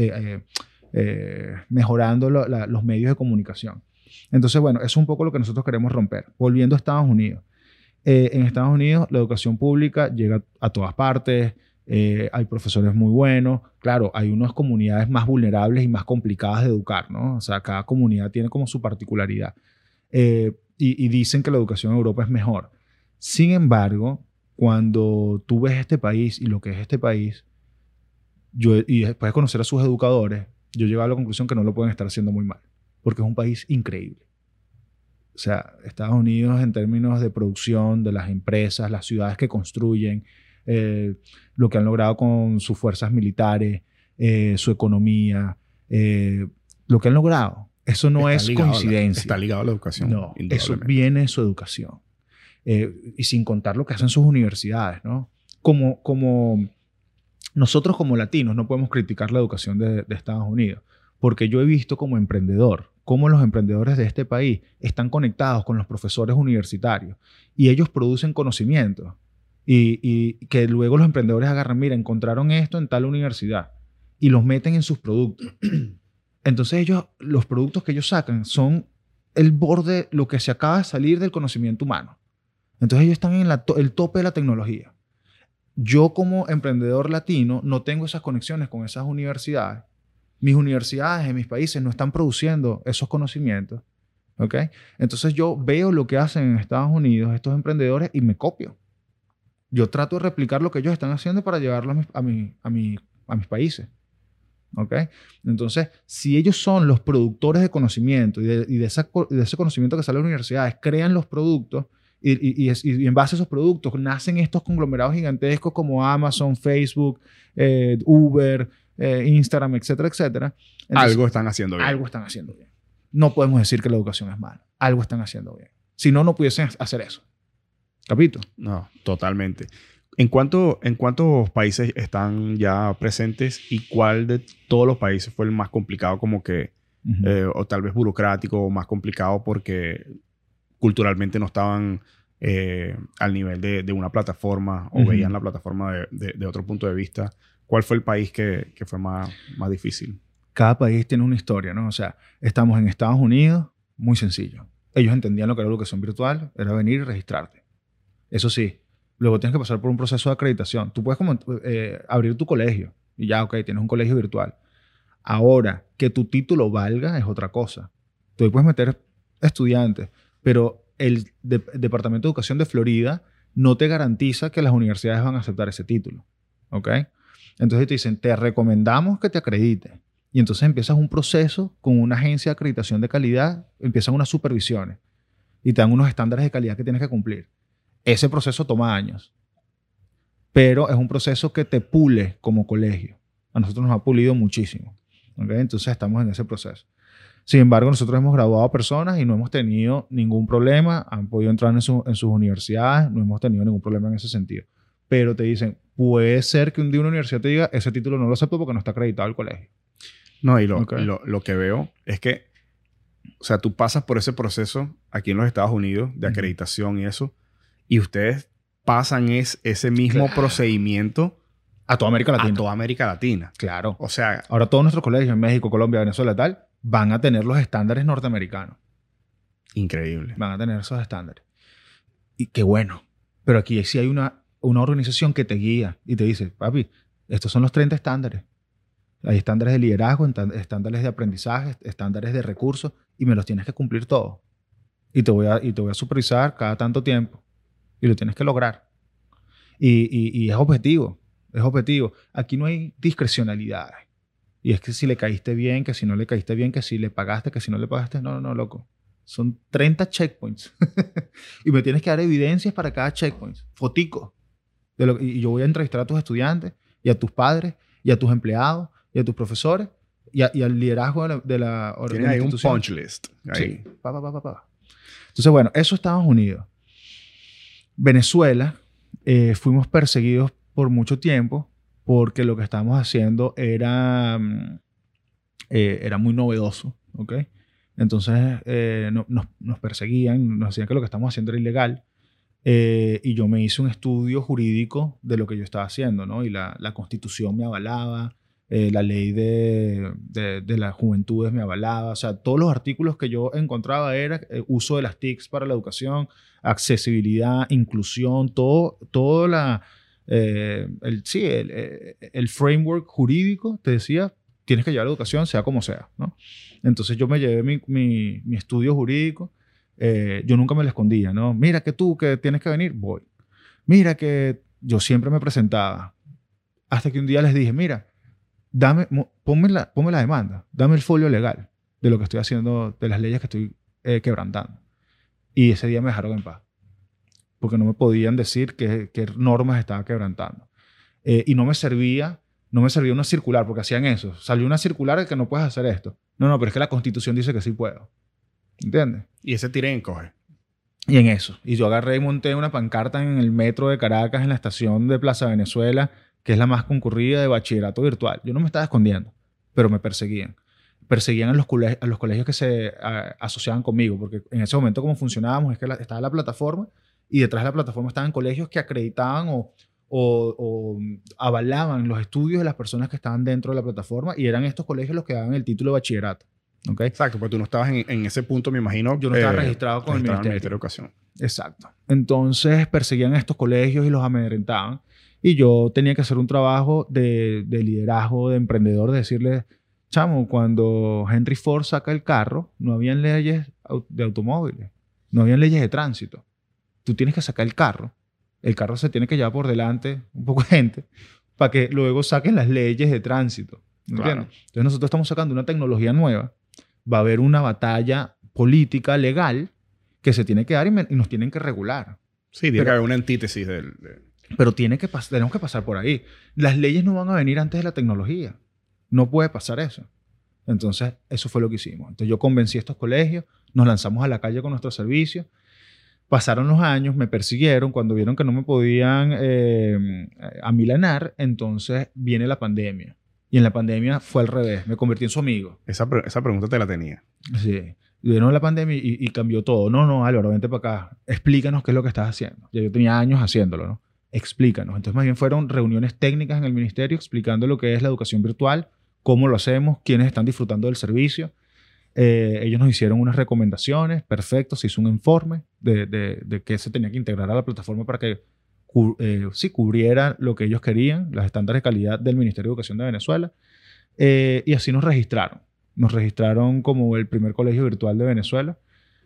[SPEAKER 2] mejorando los medios de comunicación? Entonces, bueno, eso es un poco lo que nosotros queremos romper. Volviendo a Estados Unidos. En Estados Unidos, la educación pública llega a todas partes. Hay profesores muy buenos. Claro, hay unas comunidades más vulnerables y más complicadas de educar, ¿no? O sea, cada comunidad tiene como su particularidad. Y dicen que la educación en Europa es mejor. Sin embargo, cuando tú ves este país y lo que es este país, y después de conocer a sus educadores, yo llego a la conclusión que no lo pueden estar haciendo muy mal. Porque es un país increíble. O sea, Estados Unidos en términos de producción, de las empresas, las ciudades que construyen, lo que han logrado con sus fuerzas militares, su economía, lo que han logrado. Eso no es coincidencia.
[SPEAKER 1] Está ligado a la educación.
[SPEAKER 2] No, eso viene de su educación. Y sin contar lo que hacen sus universidades, ¿no? Como nosotros como latinos no podemos criticar la educación de Estados Unidos, porque yo he visto como emprendedor cómo los emprendedores de este país están conectados con los profesores universitarios y ellos producen conocimiento y que luego los emprendedores agarran, mira, encontraron esto en tal universidad y los meten en sus productos. Entonces los productos que ellos sacan son el borde, lo que se acaba de salir del conocimiento humano. Entonces ellos están en el tope de la tecnología. Yo como emprendedor latino no tengo esas conexiones con esas universidades. Mis universidades en mis países no están produciendo esos conocimientos, ¿ok? Entonces yo veo lo que hacen en Estados Unidos estos emprendedores y me copio. Yo trato de replicar lo que ellos están haciendo para llevarlo a mis países, ¿ok? Entonces, si ellos son los productores de conocimiento y de ese conocimiento que sale de las universidades, crean los productos y en base a esos productos nacen estos conglomerados gigantescos como Amazon, Facebook, Uber, Instagram, etcétera, etcétera. Entonces,
[SPEAKER 1] algo están haciendo bien.
[SPEAKER 2] Algo están haciendo bien. No podemos decir que la educación es mala. Algo están haciendo bien. Si no, no pudiesen hacer eso. ¿Capito?
[SPEAKER 1] No, totalmente. ¿En cuántos países están ya presentes y cuál de todos los países fue el más complicado como que, o tal vez burocrático o más complicado porque culturalmente no estaban al nivel de una plataforma o veían la plataforma de otro punto de vista? ¿Cuál fue el país que fue más difícil?
[SPEAKER 2] Cada país tiene una historia, ¿no? O sea, estamos en Estados Unidos, muy sencillo. Ellos entendían lo que era la educación virtual, era venir y registrarte. Eso sí, luego tienes que pasar por un proceso de acreditación. Tú puedes abrir tu colegio y ya, ok, tienes un colegio virtual. Ahora, que tu título valga es otra cosa. Tú puedes meter estudiantes, pero el Departamento de Educación de Florida no te garantiza que las universidades van a aceptar ese título, ¿ok? Entonces te dicen, te recomendamos que te acredites. Y entonces empiezas un proceso con una agencia de acreditación de calidad, empiezan unas supervisiones y te dan unos estándares de calidad que tienes que cumplir. Ese proceso toma años, pero es un proceso que te pule como colegio. A nosotros nos ha pulido muchísimo, ¿okay? Entonces estamos en ese proceso. Sin embargo, nosotros hemos graduado personas y no hemos tenido ningún problema, han podido entrar en sus universidades, no hemos tenido ningún problema en ese sentido. Pero te dicen, puede ser que un día una universidad te diga, ese título no lo acepto porque no está acreditado el colegio.
[SPEAKER 1] No, y
[SPEAKER 2] Okay.
[SPEAKER 1] lo que veo es que, o sea, tú pasas por ese proceso aquí en los Estados Unidos de acreditación y eso, y ustedes pasan ese mismo procedimiento
[SPEAKER 2] A toda América Latina.
[SPEAKER 1] a toda América Latina.
[SPEAKER 2] Claro.
[SPEAKER 1] O sea,
[SPEAKER 2] Ahora todos nuestros colegios en México, Colombia, Venezuela y tal, van a tener los estándares norteamericanos.
[SPEAKER 1] increíble.
[SPEAKER 2] Van a tener esos estándares. Y qué bueno. Pero aquí sí hay una organización que te guía y te dice, papi, estos son los 30 estándares. Hay estándares de liderazgo, estándares de aprendizaje, estándares de recursos y me los tienes que cumplir todos. Y te voy a supervisar cada tanto tiempo. Y lo tienes que lograr. Y es objetivo. Es objetivo. Aquí no hay discrecionalidades. Y es que si le caíste bien, que si no le caíste bien, que si le pagaste, que si no le pagaste. No, loco. Son 30 checkpoints. Y me tienes que dar evidencias para cada checkpoint. Fotico. Y yo voy a entrevistar a tus estudiantes y a tus padres y a tus empleados y a tus profesores y al liderazgo de la
[SPEAKER 1] Tienes ahí un
[SPEAKER 2] institución.
[SPEAKER 1] punch list. Ahí.
[SPEAKER 2] Sí. Entonces, bueno, eso es Estados Unidos. Venezuela, fuimos perseguidos por mucho tiempo porque lo que estábamos haciendo era muy novedoso, ¿ok? Entonces nos perseguían, nos decían que lo que estábamos haciendo era ilegal. Y yo me hice un estudio jurídico de lo que yo estaba haciendo, ¿no? Y la Constitución me avalaba, la ley de las juventudes me avalaba. O sea, todos los artículos que yo encontraba era uso de las TICs para la educación, accesibilidad, inclusión, todo el framework jurídico te decía, tienes que llevar la educación sea como sea, ¿no? Entonces yo me llevé mi estudio jurídico. Yo nunca me lo escondía, ¿no? Mira que tú que tienes que venir, voy. Mira que yo siempre me presentaba. Hasta que un día les dije, mira, ponme la demanda, dame el folio legal de lo que estoy haciendo, de las leyes que estoy quebrantando. Y ese día me dejaron en paz. Porque no me podían decir qué normas estaba quebrantando. Y no me servía una circular, porque hacían eso. Salió una circular de que no puedes hacer esto. No, pero es que la Constitución dice que sí puedo. ¿Entiendes?
[SPEAKER 1] Y ese tira y encoge.
[SPEAKER 2] Y en eso. Y yo agarré y monté una pancarta en el metro de Caracas, en la estación de Plaza Venezuela, que es la más concurrida de bachillerato virtual. Yo no me estaba escondiendo, pero me perseguían. Perseguían a los colegios que se asociaban conmigo, porque en ese momento como funcionábamos es que estaba la plataforma y detrás de la plataforma estaban colegios que acreditaban o avalaban los estudios de las personas que estaban dentro de la plataforma y eran estos colegios los que daban el título de bachillerato. ¿Okay?
[SPEAKER 1] Exacto, porque tú no estabas en ese punto, me imagino.
[SPEAKER 2] Yo no estaba registrado con el Ministerio
[SPEAKER 1] de Educación.
[SPEAKER 2] Exacto. Entonces perseguían a estos colegios y los amedrentaban. Y yo tenía que hacer un trabajo de liderazgo, de emprendedor, de decirles, chamo, cuando Henry Ford saca el carro, no habían leyes de automóviles, no habían leyes de tránsito. Tú tienes que sacar el carro se tiene que llevar por delante un poco de gente para que luego saquen las leyes de tránsito.
[SPEAKER 1] Claro.
[SPEAKER 2] Entonces nosotros estamos sacando una tecnología nueva. Va a haber una batalla política, legal, que se tiene que dar y nos tienen que regular.
[SPEAKER 1] Sí, tiene que haber una antítesis
[SPEAKER 2] Pero tenemos que pasar por ahí. Las leyes no van a venir antes de la tecnología. No puede pasar eso. Entonces, eso fue lo que hicimos. Entonces, yo convencí a estos colegios, nos lanzamos a la calle con nuestro servicio. Pasaron los años, me persiguieron. Cuando vieron que no me podían amilanar, entonces viene la pandemia. Y en la pandemia fue al revés. Me convertí en su amigo.
[SPEAKER 1] Esa pregunta te la tenía.
[SPEAKER 2] Sí. Vino la pandemia y cambió todo. No, Álvaro, vente para acá. Explícanos qué es lo que estás haciendo. Ya yo tenía años haciéndolo, ¿no? Explícanos. Entonces, más bien fueron reuniones técnicas en el ministerio explicando lo que es la educación virtual, cómo lo hacemos, quiénes están disfrutando del servicio. Ellos nos hicieron unas recomendaciones. Perfecto. Se hizo un informe de qué se tenía que integrar a la plataforma para que cubriera lo que ellos querían, los estándares de calidad del Ministerio de Educación de Venezuela. Y así nos registraron. Nos registraron como el primer colegio virtual de Venezuela.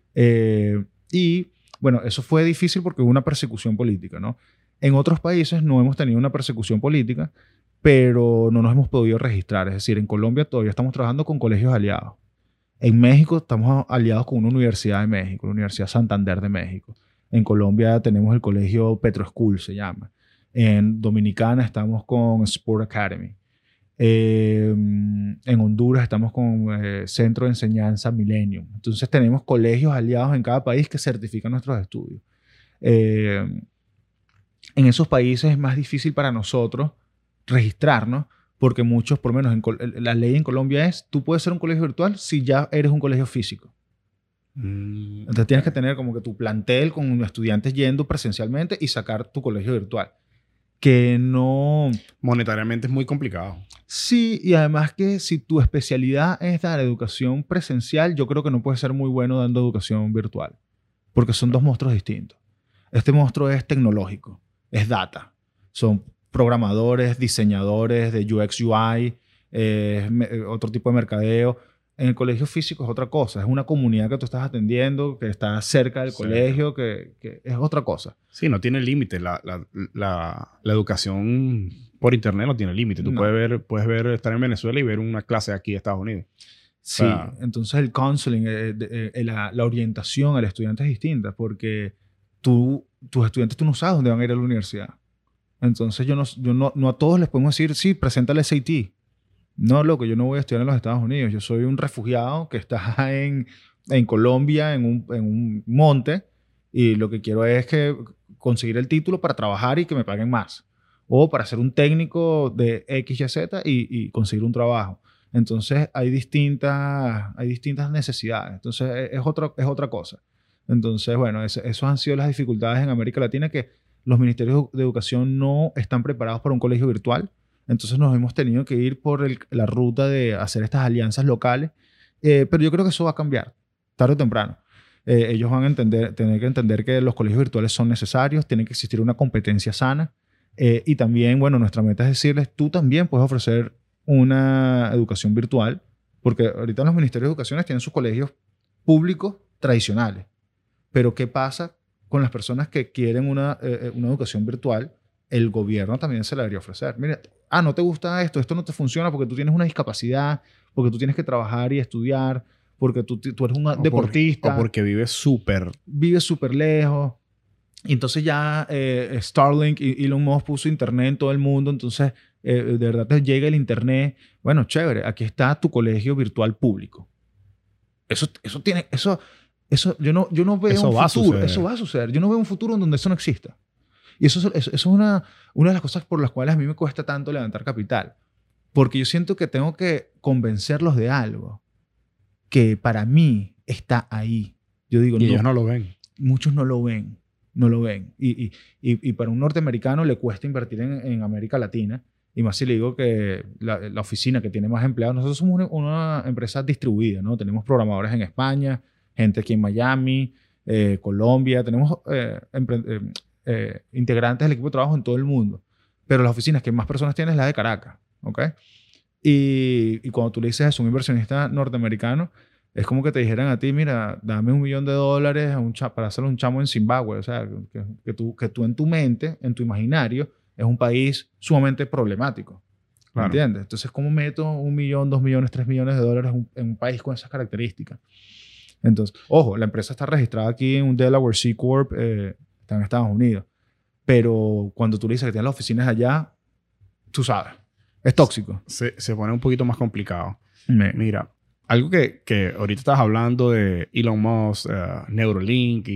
[SPEAKER 2] Y bueno, eso fue difícil porque hubo una persecución política, ¿no? En otros países no hemos tenido una persecución política, pero no nos hemos podido registrar. Es decir, en Colombia todavía estamos trabajando con colegios aliados. En México estamos aliados con una universidad de México, la Universidad Santander de México. En Colombia tenemos el colegio Petro School, se llama. En Dominicana estamos con Sport Academy. En Honduras estamos con Centro de Enseñanza Millennium. Entonces tenemos colegios aliados en cada país que certifican nuestros estudios. En esos países es más difícil para nosotros registrarnos porque muchos, por lo menos la ley en Colombia es, tú puedes ser un colegio virtual si ya eres un colegio físico. Entonces tienes que tener como que tu plantel con estudiantes yendo presencialmente y sacar tu colegio virtual. Que no...
[SPEAKER 1] Monetariamente es muy complicado.
[SPEAKER 2] Sí, y además que si tu especialidad es dar educación presencial, yo creo que no puedes ser muy bueno dando educación virtual. Porque son dos monstruos distintos. Este monstruo es tecnológico, es data. Son programadores, diseñadores de UX, UI, otro tipo de mercadeo. En el colegio físico es otra cosa. Es una comunidad que tú estás atendiendo, que está cerca del colegio, que es otra cosa.
[SPEAKER 1] Sí, no tiene límite. La educación por internet no tiene límite. Tú puedes ver, estar en Venezuela y ver una clase aquí de Estados Unidos.
[SPEAKER 2] Sí, entonces el counseling, la orientación al estudiante es distinta porque tus estudiantes tú no sabes dónde van a ir a la universidad. Entonces no a todos les podemos decir, sí, presenta el SAT. No, loco, yo no voy a estudiar en los Estados Unidos. Yo soy un refugiado que está en Colombia, en un monte, y lo que quiero es conseguir el título para trabajar y que me paguen más. O para ser un técnico de X, Y, Z y conseguir un trabajo. Entonces hay distintas necesidades. Entonces es otra cosa. Entonces, bueno, esas han sido las dificultades en América Latina, que los ministerios de educación no están preparados para un colegio virtual. Entonces nos hemos tenido que ir por la ruta de hacer estas alianzas locales. Pero yo creo que eso va a cambiar, tarde o temprano. Ellos van a tener que entender que los colegios virtuales son necesarios, tiene que existir una competencia sana. Y también, bueno, nuestra meta es decirles, tú también puedes ofrecer una educación virtual, porque ahorita los ministerios de educación tienen sus colegios públicos tradicionales. Pero ¿qué pasa con las personas que quieren una educación virtual? El gobierno también se la debería ofrecer. Mira, no te gusta esto no te funciona porque tú tienes una discapacidad, porque tú tienes que trabajar y estudiar, porque tú eres un deportista.
[SPEAKER 1] O porque vives súper
[SPEAKER 2] lejos. Y entonces ya Starlink y Elon Musk puso internet en todo el mundo, entonces de verdad te llega el internet. Bueno, chévere, aquí está tu colegio virtual público. Eso yo no veo un futuro. Eso va a suceder. Yo no veo un futuro en donde eso no exista. Y eso es una de las cosas por las cuales a mí me cuesta tanto levantar capital. Porque yo siento que tengo que convencerlos de algo que para mí está ahí. Yo digo,
[SPEAKER 1] y ellos no lo ven.
[SPEAKER 2] Muchos no lo ven. No lo ven. Y para un norteamericano le cuesta invertir en América Latina. Y más si le digo que la oficina que tiene más empleados, nosotros somos una empresa distribuida, ¿no? Tenemos programadores en España, gente aquí en Miami, Colombia, tenemos integrantes del equipo de trabajo en todo el mundo. Pero las oficinas que más personas tienen es la de Caracas, ¿ok? Y cuando tú le dices a un inversionista norteamericano, es como que te dijeran a ti, mira, dame $1 millón para hacerle un chamo en Zimbabue. O sea, que tú en tu mente, en tu imaginario, es un país sumamente problemático. ¿Me entiendes? Entonces, ¿cómo meto $1 millón, $2 millones, $3 millones en un país con esas características? Entonces, ojo, la empresa está registrada aquí en un Delaware C Corp, está en Estados Unidos. Pero cuando tú le dices que tienes las oficinas allá, tú sabes, es tóxico.
[SPEAKER 1] Se pone un poquito más complicado. Mira, algo que ahorita estás hablando de Elon Musk, Neuralink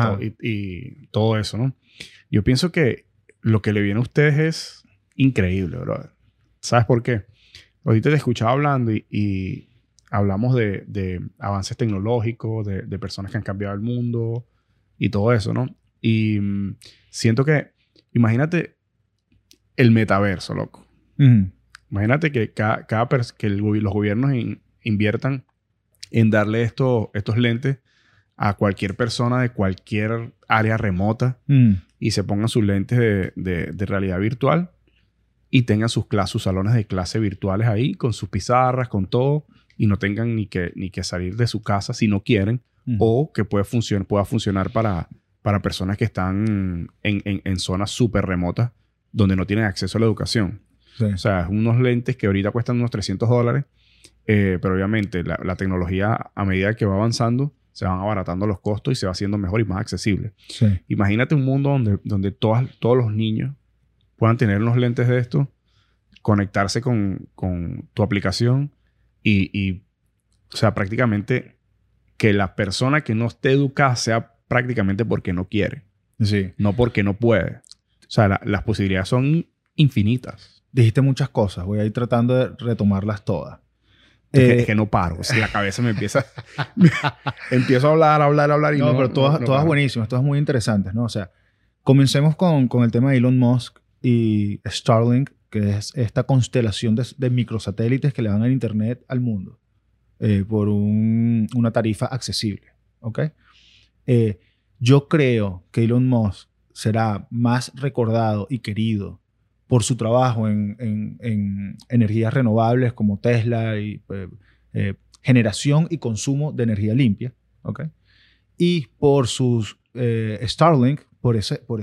[SPEAKER 1] y todo eso, ¿no? Yo pienso que lo que le viene a ustedes es increíble, brother. ¿Sabes por qué? Ahorita te escuchaba hablando y hablamos de avances tecnológicos, de personas que han cambiado el mundo y todo eso, ¿no? Y siento que, imagínate el metaverso, loco. Imagínate que los gobiernos inviertan en darle estos lentes a cualquier persona de cualquier área remota y se pongan sus lentes de realidad virtual y tengan sus salones de clase virtuales ahí con sus pizarras, con todo, y no tengan ni que salir de su casa si no quieren, o que pueda funcionar para personas que están en zonas súper remotas donde no tienen acceso a la educación. Sí. O sea, unos lentes que ahorita cuestan unos $300, pero obviamente la tecnología, a medida que va avanzando, se van abaratando los costos y se va haciendo mejor y más accesible. Sí. Imagínate un mundo donde todos los niños puedan tener unos lentes de esto, conectarse con tu aplicación y o sea, prácticamente que la persona que no esté educada sea prácticamente porque no quiere. Sí. No porque no puede. sea, las posibilidades son infinitas.
[SPEAKER 2] Dijiste muchas cosas. Voy a ir tratando de retomarlas todas.
[SPEAKER 1] Es que no paro. O sea, la cabeza me empieza... empiezo a hablar y
[SPEAKER 2] no, pero todas buenísimas, todas muy interesantes, ¿no? O sea, comencemos con el tema de Elon Musk y Starlink, que es esta constelación de microsatélites que le dan el internet al mundo por una tarifa accesible, ¿ok? Yo creo que Elon Musk será más recordado y querido por su trabajo en energías renovables como Tesla y generación y consumo de energía limpia, ¿ok? Y por sus Starlink, por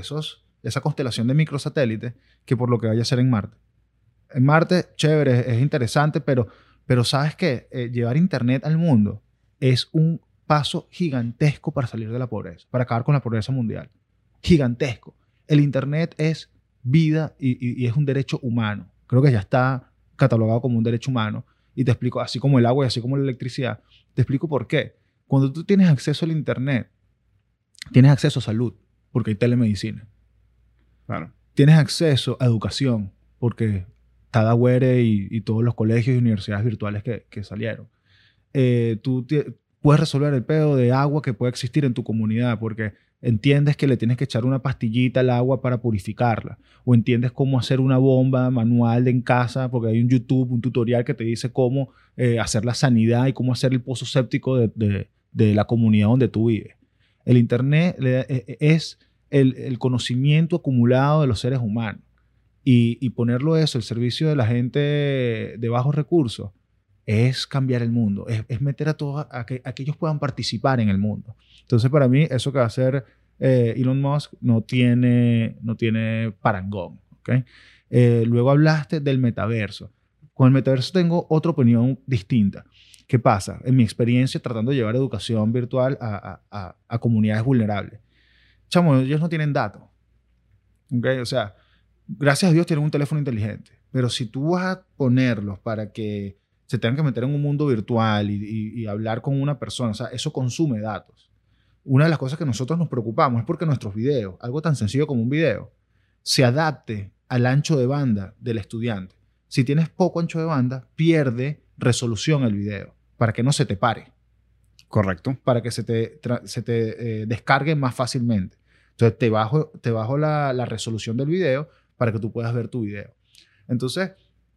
[SPEAKER 2] esa constelación de microsatélites, que por lo que vaya a hacer en Marte. En Marte, chévere, es interesante, pero ¿sabes qué? Llevar internet al mundo es un paso gigantesco para salir de la pobreza, para acabar con la pobreza mundial. Gigantesco. El internet es vida y es un derecho humano. Creo que ya está catalogado como un derecho humano. Y te explico, así como el agua y así como la electricidad, te explico por qué. Cuando tú tienes acceso al internet, tienes acceso a salud, porque hay telemedicina.
[SPEAKER 1] Claro.
[SPEAKER 2] Tienes acceso a educación, porque Tadawere y todos los colegios y universidades virtuales que salieron. Tú puedes resolver el pedo de agua que puede existir en tu comunidad, porque entiendes que le tienes que echar una pastillita al agua para purificarla, o entiendes cómo hacer una bomba manual en casa, porque hay un YouTube, un tutorial que te dice cómo hacer la sanidad y cómo hacer el pozo séptico de la comunidad donde tú vives. El internet es el conocimiento acumulado de los seres humanos, y ponerlo eso al servicio de la gente de bajos recursos es cambiar el mundo, es meter a todos a que ellos puedan participar en el mundo. Entonces, para mí, eso que va a hacer Elon Musk no tiene parangón, ¿okay? Luego hablaste del metaverso. Con el metaverso tengo otra opinión distinta. ¿Qué pasa? En mi experiencia tratando de llevar educación virtual a comunidades vulnerables. Chamo, ellos no tienen datos. ¿Okay? O sea, gracias a Dios tienen un teléfono inteligente. Pero si tú vas a ponerlos para que se tengan que meter en un mundo virtual y hablar con una persona, o sea, eso consume datos. Una de las cosas que nosotros nos preocupamos es porque nuestros videos, algo tan sencillo como un video, se adapte al ancho de banda del estudiante. Si tienes poco ancho de banda, pierde resolución el video para que no se te pare.
[SPEAKER 1] Correcto.
[SPEAKER 2] Para que se te descargue más fácilmente. Entonces te bajo la resolución del video para que tú puedas ver tu video. Entonces,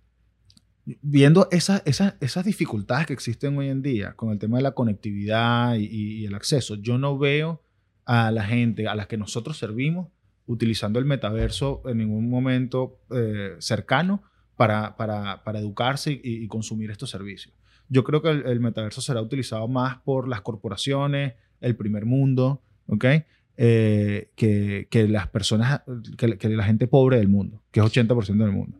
[SPEAKER 2] viendo esas dificultades que existen hoy en día con el tema de la conectividad y el acceso, yo no veo a la gente a la que nosotros servimos utilizando el metaverso en ningún momento cercano para educarse y consumir estos servicios. Yo creo que el metaverso será utilizado más por las corporaciones, el primer mundo, ¿ok? Que las personas, que la gente pobre del mundo, que es 80% del mundo.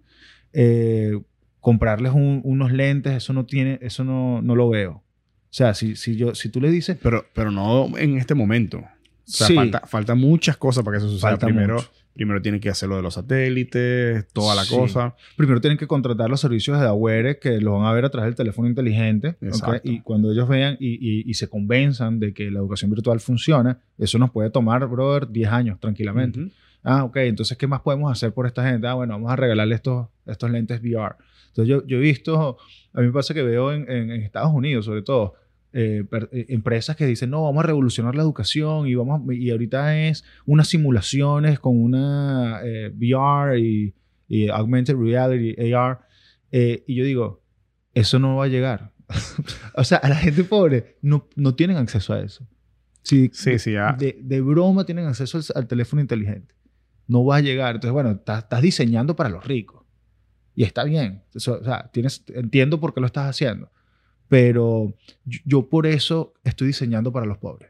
[SPEAKER 2] Comprarles unos lentes, eso no lo veo. O sea, si tú le dices...
[SPEAKER 1] Pero no en este momento. O sea,
[SPEAKER 2] sí,
[SPEAKER 1] falta muchas cosas para que eso suceda.
[SPEAKER 2] Falta mucho.
[SPEAKER 1] Primero tienen que hacer lo de los satélites, toda la cosa.
[SPEAKER 2] Primero tienen que contratar los servicios de Aware, que lo van a ver a través del teléfono inteligente. ¿Okay? Y cuando ellos vean y se convenzan de que la educación virtual funciona, eso nos puede tomar, brother, 10 años tranquilamente. Uh-huh. Ok, entonces, ¿qué más podemos hacer por esta gente? Bueno, vamos a regalarle estos lentes VR. Entonces, yo he visto, a mí me pasa que veo en Estados Unidos, sobre todo, empresas que dicen, no, vamos a revolucionar la educación y ahorita es unas simulaciones con una VR y Augmented Reality, AR. Y yo digo, eso no va a llegar. O sea, a la gente pobre no tienen acceso a eso. Sí,
[SPEAKER 1] ya.
[SPEAKER 2] De broma tienen acceso al teléfono inteligente. No va a llegar. Entonces, bueno, estás diseñando para los ricos. Y está bien. O sea, entiendo por qué lo estás haciendo. Pero yo por eso estoy diseñando para los pobres.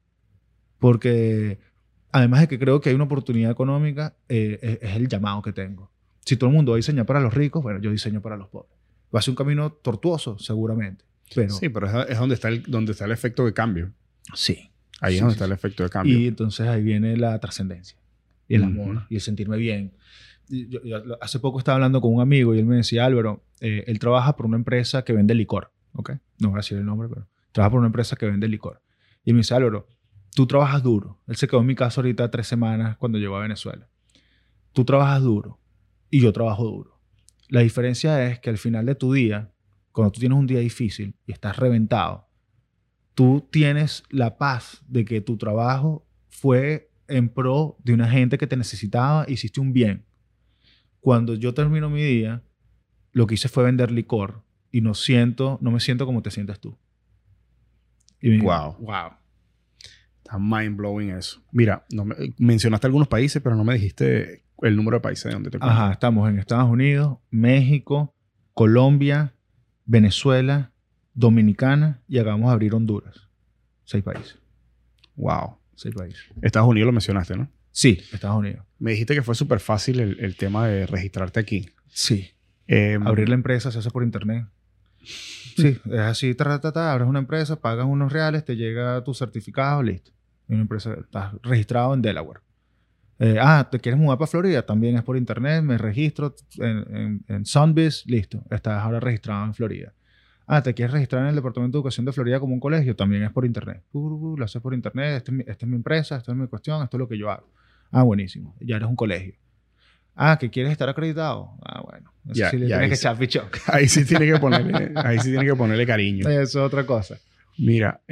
[SPEAKER 2] Porque además de que creo que hay una oportunidad económica, es el llamado que tengo. Si todo el mundo va a diseñar para los ricos, bueno, yo diseño para los pobres. Va a ser un camino tortuoso, seguramente.
[SPEAKER 1] Sí, pero es donde está el efecto de cambio.
[SPEAKER 2] Sí.
[SPEAKER 1] Ahí es donde está el efecto de cambio.
[SPEAKER 2] Y entonces ahí viene la trascendencia. Y el amor. Y el sentirme bien. Yo hace poco estaba hablando con un amigo y él me decía, Álvaro, él trabaja por una empresa que vende licor. ¿Okay? No voy a decir el nombre, pero trabaja por una empresa que vende licor. Y me dice, Álvaro, tú trabajas duro. Él se quedó en mi casa ahorita 3 semanas cuando llegó a Venezuela. tú trabajas duro y yo trabajo duro. La diferencia es que al final de tu día, cuando tú tienes un día difícil y estás reventado, tú tienes la paz de que tu trabajo fue en pro de una gente que te necesitaba, hiciste un bien. Cuando yo termino mi día, lo que hice fue vender licor y no me siento como te sientes tú. Y
[SPEAKER 1] Wow. Está mind blowing eso. Mira, mencionaste algunos países, pero no me dijiste el número de países de donde te encuentras.
[SPEAKER 2] Ajá, estamos en Estados Unidos, México, Colombia, Venezuela, Dominicana y acabamos de abrir Honduras. 6 países.
[SPEAKER 1] Wow.
[SPEAKER 2] 6 países.
[SPEAKER 1] Estados Unidos lo mencionaste, ¿no?
[SPEAKER 2] Sí, Estados Unidos.
[SPEAKER 1] Me dijiste que fue súper fácil el tema de registrarte aquí.
[SPEAKER 2] Sí. Abrir la empresa se hace por internet. Sí, es así, abres una empresa, pagas unos reales, te llega tu certificado, listo. Una empresa, estás registrado en Delaware. ¿Te quieres mudar para Florida? También es por internet, me registro en Sunbiz, listo. Estás ahora registrado en Florida. ¿Te quieres registrar en el Departamento de Educación de Florida como un colegio? También es por internet. Lo haces por internet, esta es mi empresa, esta es mi cuestión, esto es lo que yo hago. Buenísimo, ya eres un colegio. ¿Que quieres estar acreditado? Bueno. Eso sí le tienes que echar pichón.
[SPEAKER 1] Ahí sí tiene que ponerle cariño.
[SPEAKER 2] Eso es otra cosa.
[SPEAKER 1] Mira,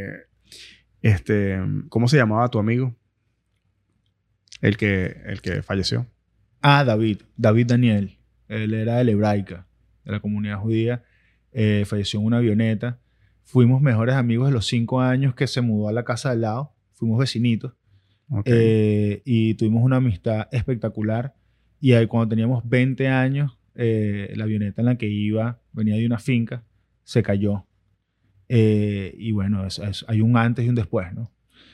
[SPEAKER 1] ¿cómo se llamaba tu amigo? El que falleció.
[SPEAKER 2] David Daniel. Él era de la hebraica, de la comunidad judía. Falleció en una avioneta. Fuimos mejores amigos de los 5 años que se mudó a la casa del lado. Fuimos vecinitos. Okay. Y tuvimos una amistad espectacular. Y ahí, cuando teníamos 20 años, la avioneta en la que iba venía de una finca, se cayó. Y bueno, hay un antes y un después, ¿no?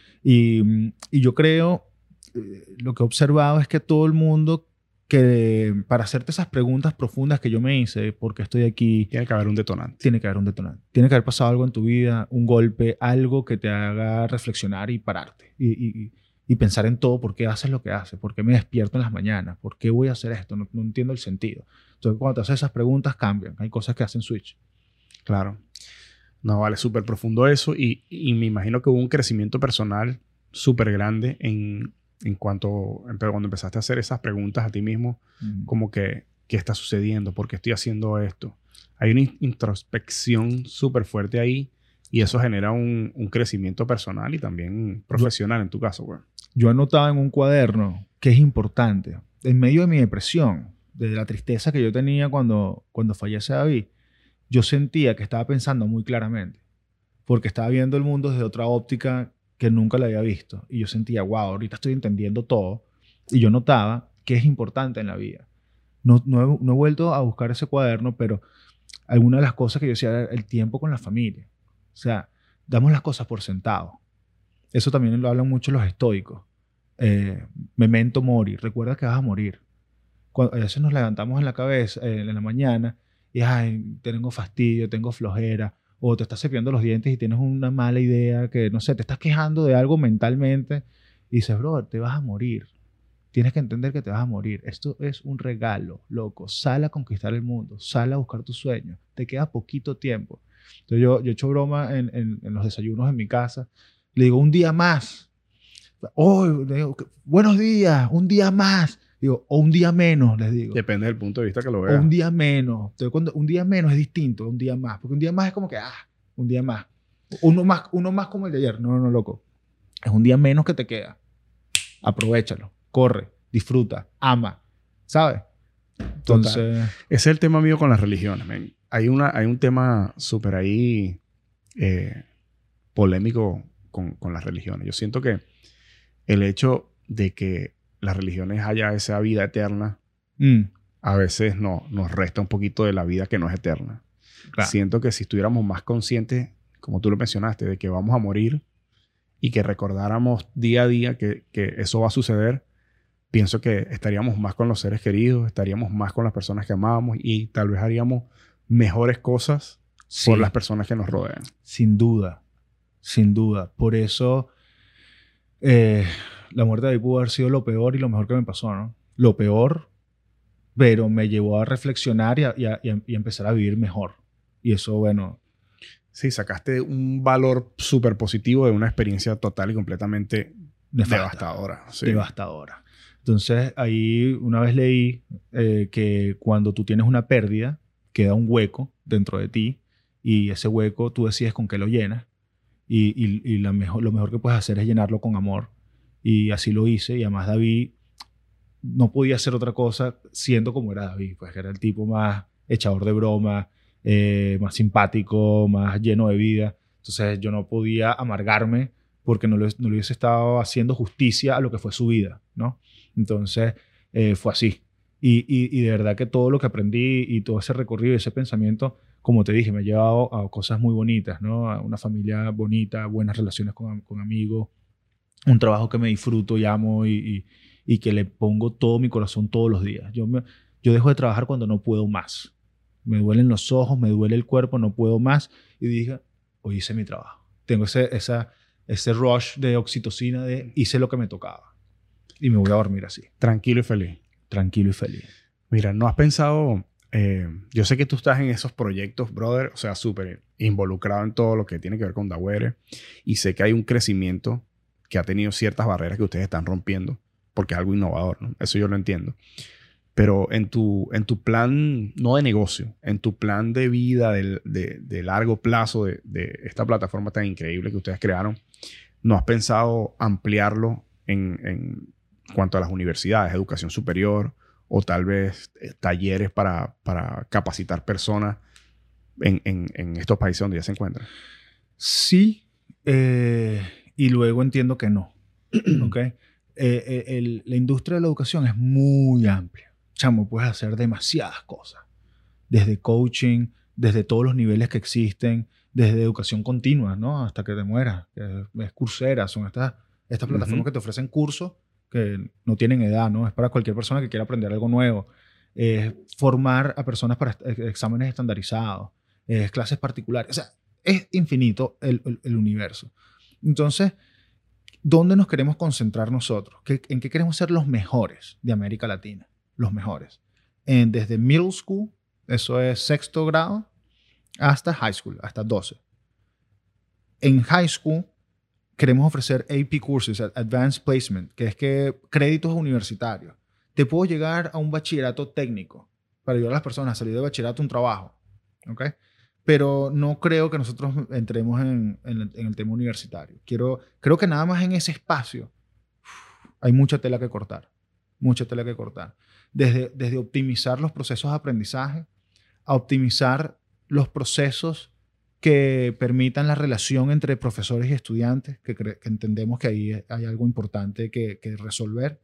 [SPEAKER 2] Y yo creo, lo que he observado es que todo el mundo, que para hacerte esas preguntas profundas que yo me hice, ¿por qué estoy aquí?
[SPEAKER 1] Tiene que haber un detonante.
[SPEAKER 2] Tiene que haber pasado algo en tu vida, un golpe, algo que te haga reflexionar y pararte. Y pensar en todo, por qué haces lo que haces, por qué me despierto en las mañanas, por qué voy a hacer esto, no entiendo el sentido. Entonces, cuando te haces esas preguntas, cambian. Hay cosas que hacen switch.
[SPEAKER 1] Claro. No, vale, súper profundo eso. Y me imagino que hubo un crecimiento personal súper grande cuando empezaste a hacer esas preguntas a ti mismo, como que, ¿qué está sucediendo? ¿Por qué estoy haciendo esto? Hay una introspección súper fuerte ahí y eso genera un crecimiento personal y también profesional en tu caso, güey.
[SPEAKER 2] Yo anotaba en un cuaderno que es importante. En medio de mi depresión, de la tristeza que yo tenía cuando fallece David, yo sentía que estaba pensando muy claramente, porque estaba viendo el mundo desde otra óptica que nunca la había visto. Y yo sentía, wow, ahorita estoy entendiendo todo. Y yo notaba que es importante en la vida. No he vuelto a buscar ese cuaderno, pero alguna de las cosas que yo decía era el tiempo con la familia. O sea, damos las cosas por sentado. Eso también lo hablan mucho los estoicos. Memento mori, recuerda que vas a morir. A veces nos levantamos en la cabeza, en la mañana, y tengo fastidio, tengo flojera, o te estás cepillando los dientes y tienes una mala idea, que no sé, te estás quejando de algo mentalmente, y dices, bro, te vas a morir. Tienes que entender que te vas a morir. Esto es un regalo, loco. Sal a conquistar el mundo, sal a buscar tus sueños. Te queda poquito tiempo. Entonces yo echo broma en los desayunos en mi casa. Le digo, un día más. Le digo, buenos días, un día más. Digo, o un día menos, les digo.
[SPEAKER 1] Depende del punto de vista que lo veas.
[SPEAKER 2] O un día menos. Entonces, un día menos es distinto a un día más. Porque un día más es como que, un día más. Uno más como el de ayer. No, loco. Es un día menos que te queda. Aprovechalo. Corre. Disfruta. Ama. ¿Sabes? Entonces...
[SPEAKER 1] Total. Ese es el tema mío con las religiones, man. Hay un tema súper ahí polémico con las religiones. Yo siento que el hecho de que las religiones haya esa vida eterna, a veces nos resta un poquito de la vida que no es eterna. Claro. Siento que si estuviéramos más conscientes, como tú lo mencionaste, de que vamos a morir y que recordáramos día a día que eso va a suceder, pienso que estaríamos más con los seres queridos, estaríamos más con las personas que amamos y tal vez haríamos mejores cosas por las personas que nos rodean.
[SPEAKER 2] Sin duda. Sin duda. Por eso la muerte de David pudo haber sido lo peor y lo mejor que me pasó, ¿no? Lo peor, pero me llevó a reflexionar y empezar a vivir mejor. Y eso, bueno...
[SPEAKER 1] Sí, sacaste un valor súper positivo de una experiencia total y completamente devastadora. Sí.
[SPEAKER 2] Devastadora. Entonces, ahí una vez leí que cuando tú tienes una pérdida, queda un hueco dentro de ti y ese hueco tú decides con qué lo llenas y lo mejor que puedes hacer es llenarlo con amor. Y así lo hice y además David no podía hacer otra cosa siendo como era David, pues que era el tipo más echador de broma, más simpático, más lleno de vida. Entonces yo no podía amargarme porque no le hubiese estado haciendo justicia a lo que fue su vida, ¿no? Entonces fue así. Y de verdad que todo lo que aprendí y todo ese recorrido y ese pensamiento, como te dije, me ha llevado a cosas muy bonitas, ¿no? A una familia bonita, buenas relaciones con amigos, un trabajo que me disfruto y amo y que le pongo todo mi corazón todos los días. Yo dejo de trabajar cuando no puedo más. Me duelen los ojos, me duele el cuerpo, no puedo más. Y dije, hoy hice mi trabajo. Tengo ese rush de oxitocina de hice lo que me tocaba. Y me voy a dormir así.
[SPEAKER 1] Tranquilo y feliz.
[SPEAKER 2] Tranquilo y feliz.
[SPEAKER 1] Mira, ¿no has pensado? Yo sé que tú estás en esos proyectos, brother, o sea, súper involucrado en todo lo que tiene que ver con Dawere. Y sé que hay un crecimiento que ha tenido ciertas barreras que ustedes están rompiendo, porque es algo innovador, ¿no? Eso yo lo entiendo. Pero en tu plan, no de negocio, en tu plan de vida de largo plazo de esta plataforma tan increíble que ustedes crearon, ¿no has pensado ampliarlo en cuanto a las universidades, educación superior o tal vez talleres para capacitar personas en estos países donde ya se encuentran?
[SPEAKER 2] Sí, y luego entiendo que no. ¿Ok? La industria de la educación es muy amplia. Chamo, puedes hacer demasiadas cosas. Desde coaching, desde todos los niveles que existen, desde educación continua, ¿no? Hasta que te mueras. Es Coursera, son estas plataformas que te ofrecen cursos que no tienen edad, ¿no? Es para cualquier persona que quiera aprender algo nuevo. Formar a personas para exámenes estandarizados. Clases particulares. O sea, es infinito el universo. Entonces, ¿dónde nos queremos concentrar nosotros? ¿En qué queremos ser los mejores de América Latina? Los mejores. Desde middle school, eso es sexto grado, hasta high school, hasta 12. En high school, queremos ofrecer AP Courses, Advanced Placement, que es que créditos universitarios. Te puedo llegar a un bachillerato técnico para ayudar a las personas a salir de bachillerato a un trabajo. ¿Ok? Pero no creo que nosotros entremos en el tema universitario. Creo que nada más en ese espacio hay mucha tela que cortar. Mucha tela que cortar. Desde optimizar los procesos de aprendizaje a optimizar los procesos que permitan la relación entre profesores y estudiantes, que entendemos que ahí hay algo importante que resolver.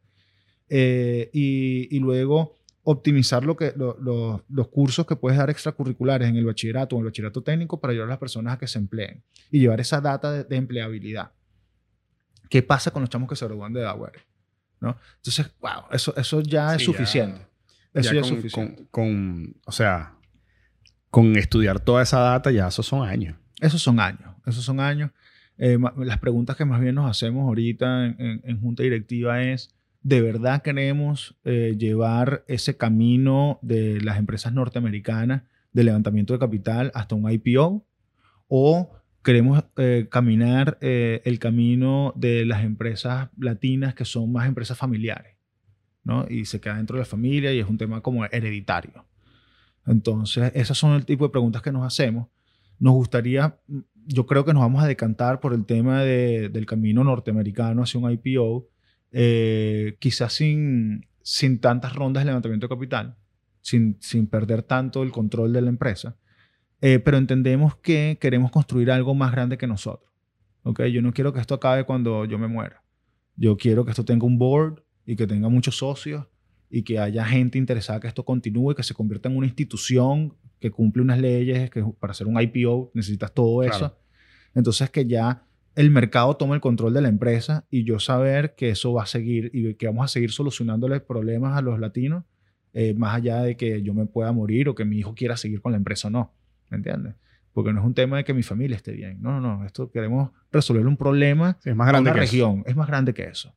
[SPEAKER 2] Y luego optimizar los cursos que puedes dar extracurriculares en el bachillerato o en el bachillerato técnico para ayudar a las personas a que se empleen y llevar esa data de empleabilidad. ¿Qué pasa con los chamos que se gradúan de Dawere? ¿No? Entonces, wow, eso ya es suficiente. Eso ya es suficiente.
[SPEAKER 1] O sea, con estudiar toda esa data, ya esos son años.
[SPEAKER 2] Esos son años. Las preguntas que más bien nos hacemos ahorita en junta directiva es, ¿de verdad queremos llevar ese camino de las empresas norteamericanas de levantamiento de capital hasta un IPO? ¿O queremos caminar el camino de las empresas latinas que son más empresas familiares, ¿no? Y se queda dentro de la familia y es un tema como hereditario. Entonces, esas son el tipo de preguntas que nos hacemos. Nos gustaría, yo creo que nos vamos a decantar por el tema del camino norteamericano hacia un IPO, quizás sin tantas rondas de levantamiento de capital, sin perder tanto el control de la empresa. Pero entendemos que queremos construir algo más grande que nosotros. ¿Okay? Yo no quiero que esto acabe cuando yo me muera. Yo quiero que esto tenga un board y que tenga muchos socios y que haya gente interesada que esto continúe, que se convierta en una institución que cumple unas leyes, que para hacer un IPO necesitas todo eso.
[SPEAKER 1] Claro.
[SPEAKER 2] Entonces que ya el mercado tome el control de la empresa y yo saber que eso va a seguir y que vamos a seguir solucionándoles problemas a los latinos, más allá de que yo me pueda morir o que mi hijo quiera seguir con la empresa o no. ¿Me entiendes? Porque no es un tema de que mi familia esté bien. No. Esto queremos resolver un problema
[SPEAKER 1] sí, es más grande
[SPEAKER 2] a una
[SPEAKER 1] que
[SPEAKER 2] región.
[SPEAKER 1] eso.
[SPEAKER 2] Es más grande que eso.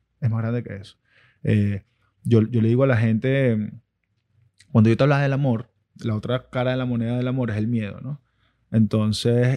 [SPEAKER 2] Yo le digo a la gente, cuando yo te hablaba del amor, la otra cara de la moneda del amor es el miedo, ¿no? Entonces,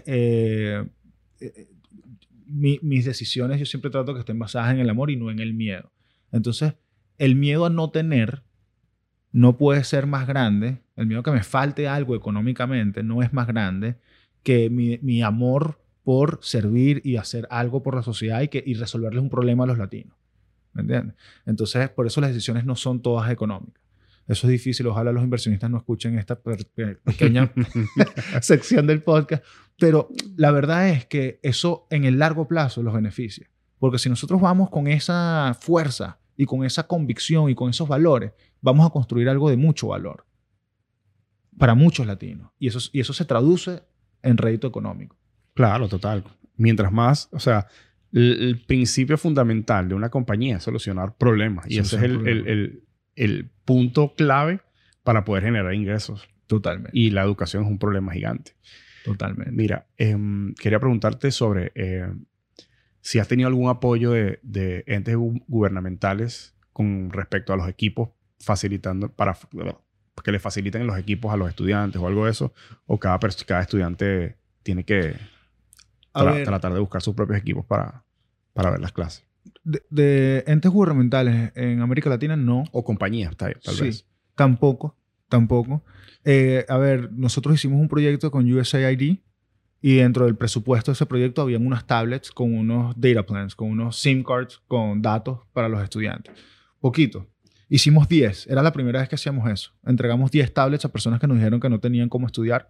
[SPEAKER 2] mis decisiones yo siempre trato que estén basadas en el amor y no en el miedo. Entonces, el miedo a no tener no puede ser más grande, el miedo a que me falte algo económicamente no es más grande que mi amor por servir y hacer algo por la sociedad y resolverles un problema a los latinos. ¿Me entiendes? Entonces, por eso las decisiones no son todas económicas. Eso es difícil. Ojalá los inversionistas no escuchen esta pequeña sección del podcast. Pero la verdad es que eso en el largo plazo los beneficia. Porque si nosotros vamos con esa fuerza y con esa convicción y con esos valores, vamos a construir algo de mucho valor para muchos latinos. Y eso se traduce en rédito económico.
[SPEAKER 1] Claro, total. Mientras más, o sea, el principio fundamental de una compañía es solucionar problemas. Y ese es el punto clave para poder generar ingresos.
[SPEAKER 2] Totalmente.
[SPEAKER 1] Y la educación es un problema gigante.
[SPEAKER 2] Totalmente.
[SPEAKER 1] Mira, quería preguntarte sobre si has tenido algún apoyo de entes gubernamentales con respecto a los equipos, facilitando para que le faciliten los equipos a los estudiantes o algo de eso, o cada estudiante tiene que tratar de buscar sus propios equipos para ver las clases.
[SPEAKER 2] De entes gubernamentales en América Latina, no.
[SPEAKER 1] O compañías, tal vez.
[SPEAKER 2] Tampoco. A ver, nosotros hicimos un proyecto con USAID y dentro del presupuesto de ese proyecto habían unas tablets con unos data plans, con unos SIM cards con datos para los estudiantes. Poquito. Hicimos 10. Era la primera vez que hacíamos eso. Entregamos 10 tablets a personas que nos dijeron que no tenían cómo estudiar.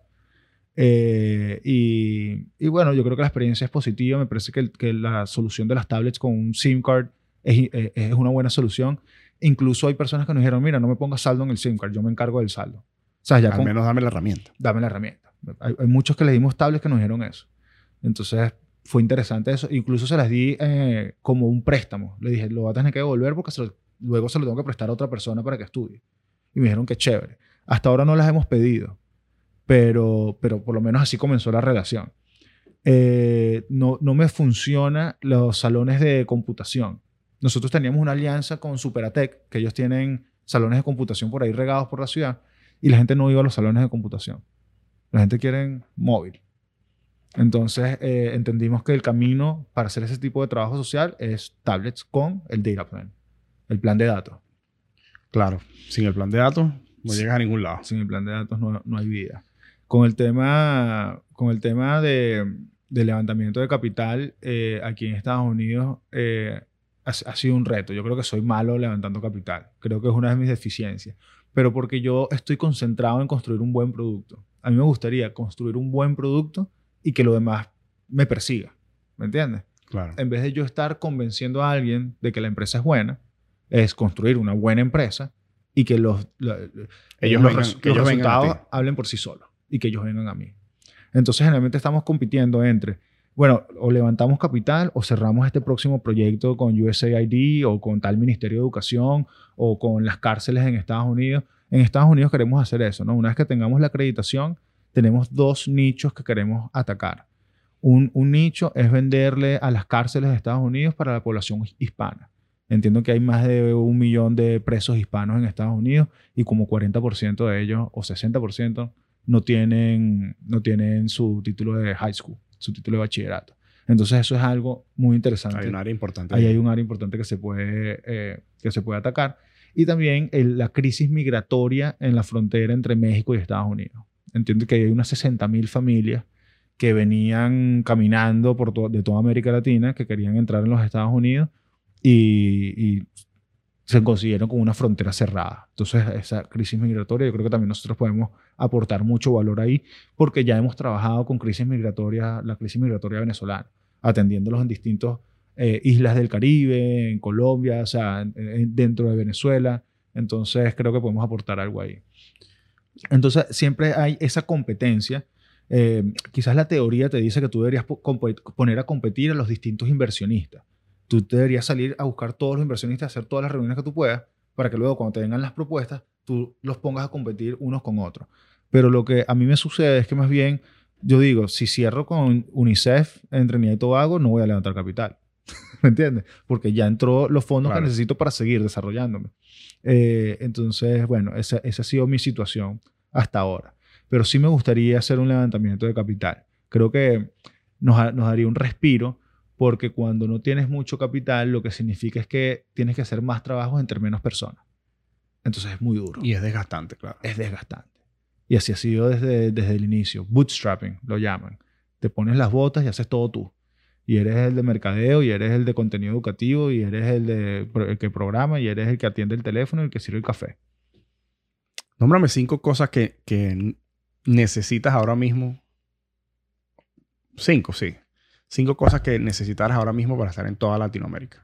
[SPEAKER 2] Y bueno, yo creo que la experiencia es positiva. Me parece que la solución de las tablets con un SIM card es una buena solución. Incluso hay personas que nos dijeron, mira, no me pongas saldo en el SIM card, yo me encargo del saldo. O sea, ya
[SPEAKER 1] al menos dame la herramienta.
[SPEAKER 2] Dame la herramienta. Hay muchos que le dimos tablets que nos dijeron eso. Entonces fue interesante eso. Incluso se las di como un préstamo. Le dije, lo voy a tener que devolver porque luego se lo tengo que prestar a otra persona para que estudie. Y me dijeron que chévere. Hasta ahora no las hemos pedido. Pero por lo menos así comenzó la relación. No me funcionan los salones de computación. Nosotros teníamos una alianza con Superatec, que ellos tienen salones de computación por ahí regados por la ciudad, y la gente no iba a los salones de computación. La gente quiere móvil. Entonces entendimos que el camino para hacer ese tipo de trabajo social es tablets con el data plan, el plan de datos.
[SPEAKER 1] Claro, sin el plan de datos no llegas a ningún lado.
[SPEAKER 2] Sin el plan de datos no hay vida. Con el tema de levantamiento de capital, aquí en Estados Unidos ha sido un reto. Yo creo que soy malo levantando capital. Creo que es una de mis deficiencias. Pero porque yo estoy concentrado en construir un buen producto. A mí me gustaría construir un buen producto y que lo demás me persiga. ¿Me entiendes?
[SPEAKER 1] Claro.
[SPEAKER 2] En vez de yo estar convenciendo a alguien de que la empresa es buena, es construir una buena empresa y que los resultados hablen por sí solos y que ellos vengan a mí. Entonces, generalmente estamos compitiendo entre, bueno, o levantamos capital o cerramos este próximo proyecto con USAID o con tal Ministerio de Educación o con las cárceles en Estados Unidos. En Estados Unidos queremos hacer eso, ¿no? Una vez que tengamos la acreditación, tenemos 2 nichos que queremos atacar. Un nicho es venderle a las cárceles de Estados Unidos para la población hispana. Entiendo que hay más de 1 millón de presos hispanos en Estados Unidos y como 40% de ellos o 60% no tienen su título de high school, su título de bachillerato. Entonces eso es algo muy interesante.
[SPEAKER 1] Hay un área importante.
[SPEAKER 2] Ahí hay un área importante que se puede atacar. Y también la crisis migratoria en la frontera entre México y Estados Unidos. Entiendo que hay unas 60,000 familias que venían caminando de toda América Latina que querían entrar en los Estados Unidos y se consiguieron con una frontera cerrada. Entonces, esa crisis migratoria, yo creo que también nosotros podemos aportar mucho valor ahí porque ya hemos trabajado con la crisis migratoria venezolana, atendiéndolos en distintas islas del Caribe, en Colombia, o sea, dentro de Venezuela. Entonces, creo que podemos aportar algo ahí. Entonces, siempre hay esa competencia. Quizás la teoría te dice que tú deberías poner a competir a los distintos inversionistas. Tú deberías salir a buscar todos los inversionistas, hacer todas las reuniones que tú puedas, para que luego cuando te vengan las propuestas, tú los pongas a competir unos con otros. Pero lo que a mí me sucede es que más bien, yo digo, si cierro con UNICEF en Trinidad y Tobago, no voy a levantar capital. ¿Me entiendes? Porque ya entró los fondos que necesito para seguir desarrollándome. Entonces, bueno, esa ha sido mi situación hasta ahora. Pero sí me gustaría hacer un levantamiento de capital. Creo que nos daría un respiro porque cuando no tienes mucho capital, lo que significa es que tienes que hacer más trabajos entre menos personas. Entonces es muy duro.
[SPEAKER 1] Y es desgastante, claro.
[SPEAKER 2] Es desgastante. Y así ha sido desde el inicio. Bootstrapping lo llaman. Te pones las botas y haces todo tú. Y eres el de mercadeo, y eres el de contenido educativo, y eres el que programa, y eres el que atiende el teléfono y el que sirve el café.
[SPEAKER 1] Nómbrame 5 cosas que necesitas ahora mismo. 5, sí. 5 cosas que necesitaras ahora mismo para estar en toda Latinoamérica.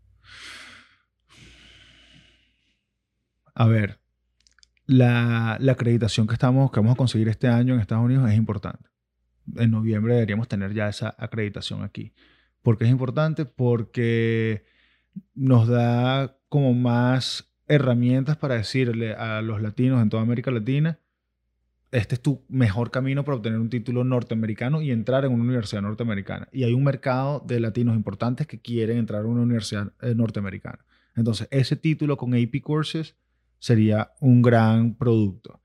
[SPEAKER 2] A ver, la acreditación que vamos a conseguir este año en Estados Unidos es importante. En noviembre deberíamos tener ya esa acreditación aquí. ¿Por qué es importante? Porque nos da como más herramientas para decirle a los latinos en toda América Latina, este es tu mejor camino para obtener un título norteamericano y entrar en una universidad norteamericana. Y hay un mercado de latinos importantes que quieren entrar a una universidad norteamericana. Entonces, ese título con AP Courses sería un gran producto.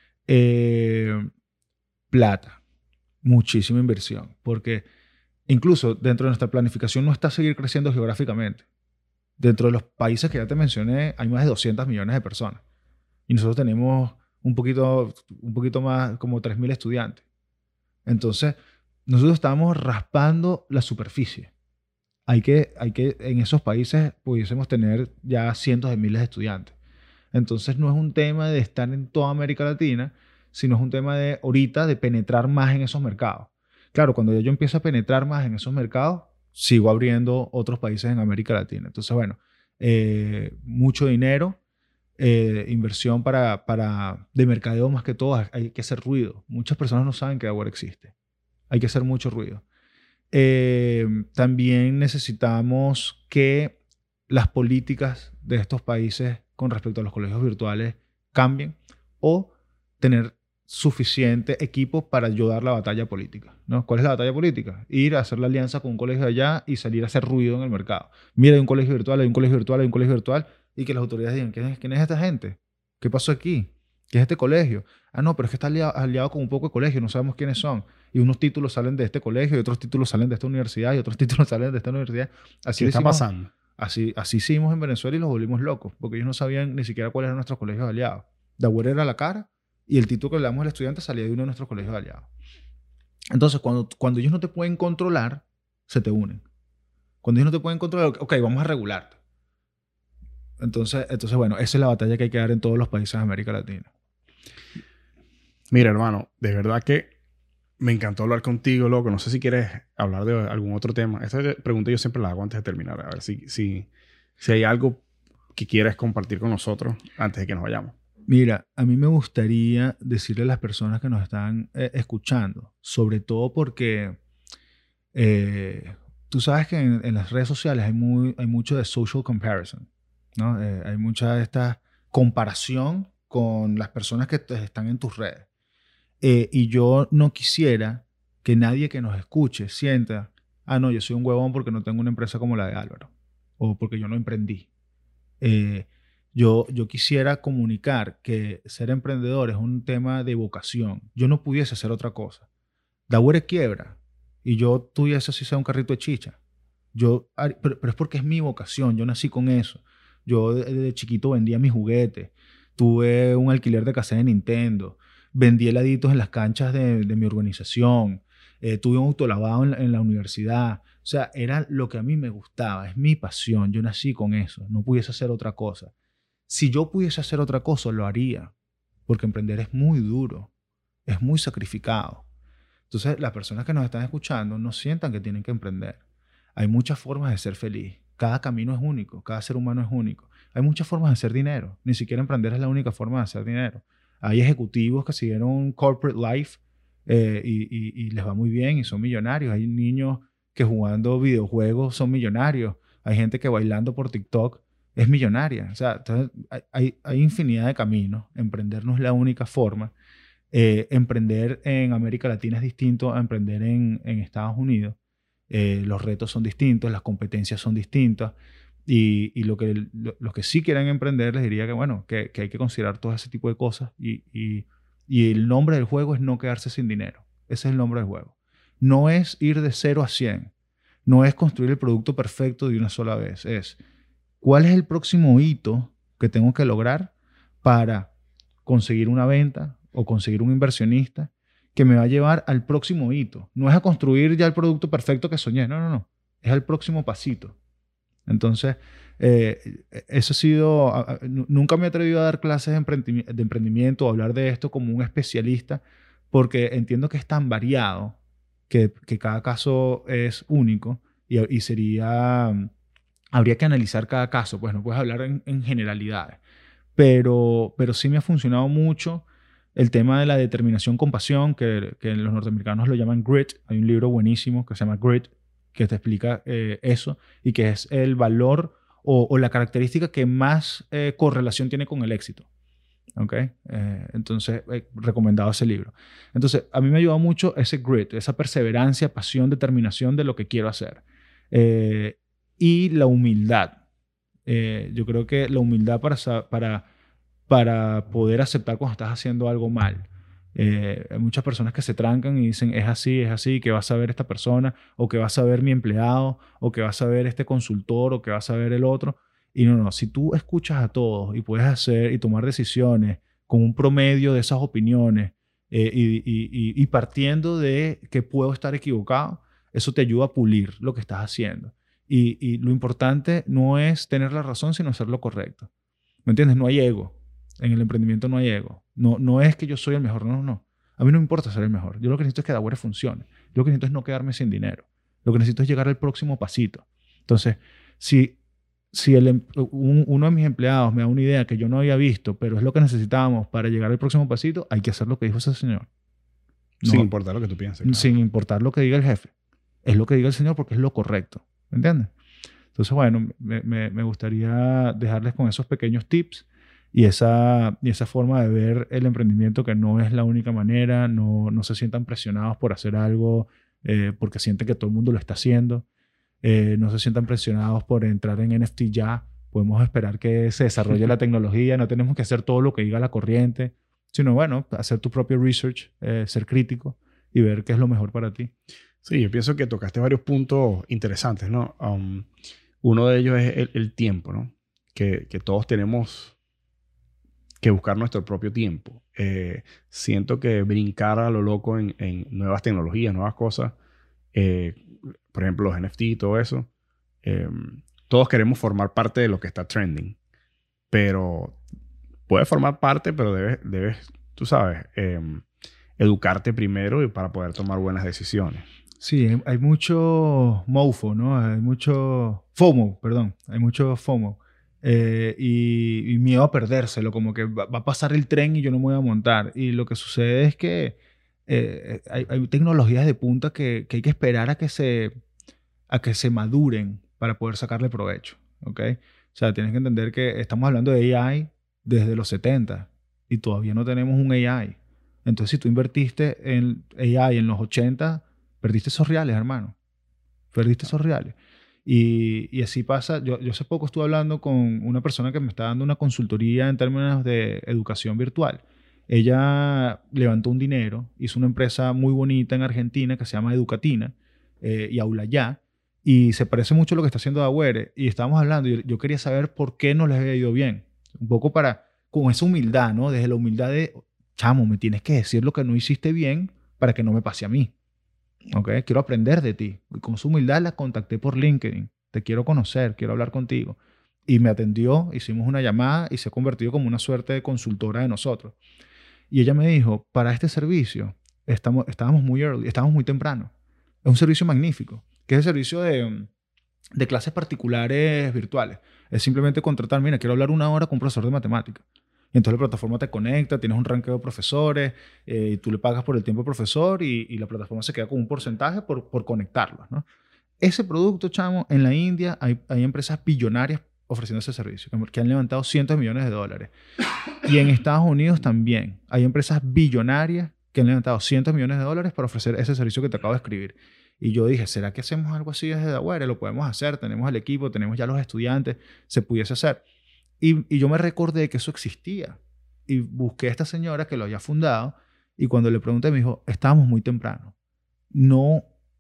[SPEAKER 2] Plata. Muchísima inversión. Porque incluso dentro de nuestra planificación no está seguir creciendo geográficamente. Dentro de los países que ya te mencioné, hay más de 200 millones de personas. Y nosotros tenemos un poquito más, como 3.000 estudiantes. Entonces, nosotros estamos raspando la superficie. En esos países pudiésemos tener ya cientos de miles de estudiantes. Entonces, no es un tema de estar en toda América Latina, sino es un tema de ahorita de penetrar más en esos mercados. Claro, cuando yo empiezo a penetrar más en esos mercados, sigo abriendo otros países en América Latina. Entonces, bueno, mucho dinero, inversión de mercadeo más que todo. Hay que hacer ruido. Muchas personas no saben que Daware existe. Hay que hacer mucho ruido. También necesitamos que las políticas de estos países con respecto a los colegios virtuales cambien o tener suficiente equipo para ayudar la batalla política, ¿no? ¿Cuál es la batalla política? Ir a hacer la alianza con un colegio de allá y salir a hacer ruido en el mercado. Mira, hay un colegio virtual, hay un colegio virtual, hay un colegio virtual, y que las autoridades digan, ¿quién es esta gente? ¿Qué pasó aquí? ¿Qué es este colegio? Ah, no, pero es que está aliado con un poco de colegio, no sabemos quiénes son. Y unos títulos salen de este colegio, y otros títulos salen de esta universidad, y otros títulos salen de esta universidad.
[SPEAKER 1] ¿Qué está pasando?
[SPEAKER 2] Así hicimos en Venezuela y los volvimos locos, porque ellos no sabían ni siquiera cuáles eran nuestros colegios aliados. Daware era la cara, y el título que le damos al estudiante salía de uno de nuestros colegios aliados. Entonces, cuando ellos no te pueden controlar, se te unen. Cuando ellos no te pueden controlar, ok, vamos a regularte. Entonces, bueno, esa es la batalla que hay que dar en todos los países de América Latina.
[SPEAKER 1] Mira, hermano, de verdad que me encantó hablar contigo, loco. No sé si quieres hablar de algún otro tema. Esta pregunta yo siempre la hago antes de terminar. A ver si hay algo que quieres compartir con nosotros antes de que nos vayamos.
[SPEAKER 2] Mira, a mí me gustaría decirle a las personas que nos están escuchando, sobre todo porque tú sabes que en las redes sociales hay mucho de social comparison, ¿no? Hay mucha de esta comparación con las personas que están en tus redes. Y yo no quisiera que nadie que nos escuche sienta, ah, no, yo soy un huevón porque no tengo una empresa como la de Álvaro, o porque yo no emprendí. Yo quisiera comunicar que ser emprendedor es un tema de vocación. Yo no pudiese hacer otra cosa. Daware quiebra y yo tuviese así sea un carrito de chicha. Pero es porque es mi vocación. Yo nací con eso. Yo desde chiquito vendía mis juguetes. Tuve un alquiler de cassette de Nintendo. Vendí heladitos en las canchas de mi organización. Tuve un autolavado en la universidad. O sea, era lo que a mí me gustaba. Es mi pasión. Yo nací con eso. No pudiese hacer otra cosa. Si yo pudiese hacer otra cosa, lo haría. Porque emprender es muy duro. Es muy sacrificado. Entonces, las personas que nos están escuchando no sientan que tienen que emprender. Hay muchas formas de ser feliz. Cada camino es único. Cada ser humano es único. Hay muchas formas de hacer dinero. Ni siquiera emprender es la única forma de hacer dinero. Hay ejecutivos que siguieron corporate life y les va muy bien y son millonarios. Hay niños que jugando videojuegos son millonarios. Hay gente que bailando por TikTok es millonaria. O sea, entonces hay infinidad de caminos. Emprender no es la única forma. Emprender en América Latina es distinto a emprender en Estados Unidos. Los retos son distintos, las competencias son distintas. Y los que sí quieren emprender les diría que, bueno, que hay que considerar todo ese tipo de cosas. Y el nombre del juego es no quedarse sin dinero. Ese es el nombre del juego. No es ir de 0 a 100. no es construir el producto perfecto de una sola vez. Es, ¿cuál es el próximo hito que tengo que lograr para conseguir una venta o conseguir un inversionista que me va a llevar al próximo hito? No es a construir ya el producto perfecto que soñé, no. Es al próximo pasito. Entonces, eso ha sido... nunca me he atrevido a dar clases de emprendimiento o hablar de esto como un especialista porque entiendo que es tan variado que cada caso es único y sería... habría que analizar cada caso, pues no puedes hablar en generalidades. Pero sí me ha funcionado mucho el tema de la determinación con pasión, que los norteamericanos lo llaman grit. Hay un libro buenísimo que se llama Grit, que te explica eso y que es el valor o la característica que más correlación tiene con el éxito. ¿Ok? Entonces, recomendado ese libro. Entonces, a mí me ha ayudado mucho ese grit, esa perseverancia, pasión, determinación de lo que quiero hacer. Y la humildad. Yo creo que la humildad para poder aceptar cuando estás haciendo algo mal. Hay muchas personas que se trancan y dicen, es así, que va a saber esta persona, o que va a saber mi empleado, o que va a saber este consultor, o que va a saber el otro. Y no, si tú escuchas a todos y puedes hacer y tomar decisiones con un promedio de esas opiniones y partiendo de que puedo estar equivocado, eso te ayuda a pulir lo que estás haciendo. Y lo importante no es tener la razón, sino hacer lo correcto. ¿Me entiendes? No hay ego. En el emprendimiento no hay ego. No es que yo soy el mejor. No. A mí no me importa ser el mejor. Yo lo que necesito es que Daware funcione. Yo lo que necesito es no quedarme sin dinero. Lo que necesito es llegar al próximo pasito. Entonces, si uno de mis empleados me da una idea que yo no había visto, pero es lo que necesitábamos para llegar al próximo pasito, hay que hacer lo que dijo ese señor.
[SPEAKER 1] Sin importar lo que tú pienses. Claro.
[SPEAKER 2] Sin importar lo que diga el jefe. Es lo que diga el señor porque es lo correcto. ¿Me entiendes? Entonces, bueno, me gustaría dejarles con esos pequeños tips y esa forma de ver el emprendimiento, que no es la única manera. No se sientan presionados por hacer algo porque sienten que todo el mundo lo está haciendo. No se sientan presionados por entrar en NFT ya. Podemos esperar que se desarrolle la tecnología. No tenemos que hacer todo lo que diga la corriente, sino, bueno, hacer tu propio research, ser crítico y ver qué es lo mejor para ti.
[SPEAKER 1] Sí, yo pienso que tocaste varios puntos interesantes, ¿no? Uno de ellos es el tiempo, ¿no? Que todos tenemos que buscar nuestro propio tiempo. Siento que brincar a lo loco en nuevas tecnologías, nuevas cosas, por ejemplo, los NFT y todo eso, todos queremos formar parte de lo que está trending. Pero puedes formar parte, pero debes tú sabes, educarte primero y para poder tomar buenas decisiones.
[SPEAKER 2] Sí, hay mucho mofo, ¿no? Hay mucho FOMO, perdón. Hay mucho FOMO. Y miedo a perdérselo, como que va a pasar el tren y yo no me voy a montar. Y lo que sucede es que hay tecnologías de punta que hay que esperar a que se maduren para poder sacarle provecho, ¿ok? O sea, tienes que entender que estamos hablando de AI desde los 70 y todavía no tenemos un AI. Entonces, si tú invertiste en AI en los 80, perdiste esos reales, hermano. Perdiste esos reales. Y así pasa. Yo hace poco estuve hablando con una persona que me está dando una consultoría en términos de educación virtual. Ella levantó un dinero, hizo una empresa muy bonita en Argentina que se llama Educatina y Aulaya, y se parece mucho a lo que está haciendo Daware. Y estábamos hablando, y yo quería saber por qué no les había ido bien. Un poco con esa humildad, ¿no? Desde la humildad de, chamo, me tienes que decir lo que no hiciste bien para que no me pase a mí. Okay, quiero aprender de ti. Y con su humildad la contacté por LinkedIn. Te quiero conocer, quiero hablar contigo. Y me atendió, hicimos una llamada y se ha convertido como una suerte de consultora de nosotros. Y ella me dijo, para este servicio estábamos muy early, estábamos muy temprano. Es un servicio magnífico, que es el servicio de clases particulares virtuales. Es simplemente contratar, mira, quiero hablar una hora con un profesor de matemáticas. Y entonces la plataforma te conecta, tienes un ranking de profesores, tú le pagas por el tiempo del profesor y la plataforma se queda con un porcentaje por conectarlos, ¿no? Ese producto, chamo, en la India hay empresas billonarias ofreciendo ese servicio, que han levantado cientos de millones de dólares. Y en Estados Unidos también hay empresas billonarias que han levantado cientos de millones de dólares para ofrecer ese servicio que te acabo de escribir. Y yo dije, ¿será que hacemos algo así desde Daware? Lo podemos hacer, tenemos el equipo, tenemos ya los estudiantes, se pudiese hacer. Y yo me recordé que eso existía. Y busqué a esta señora que lo había fundado. Y cuando le pregunté, me dijo, estábamos muy temprano. No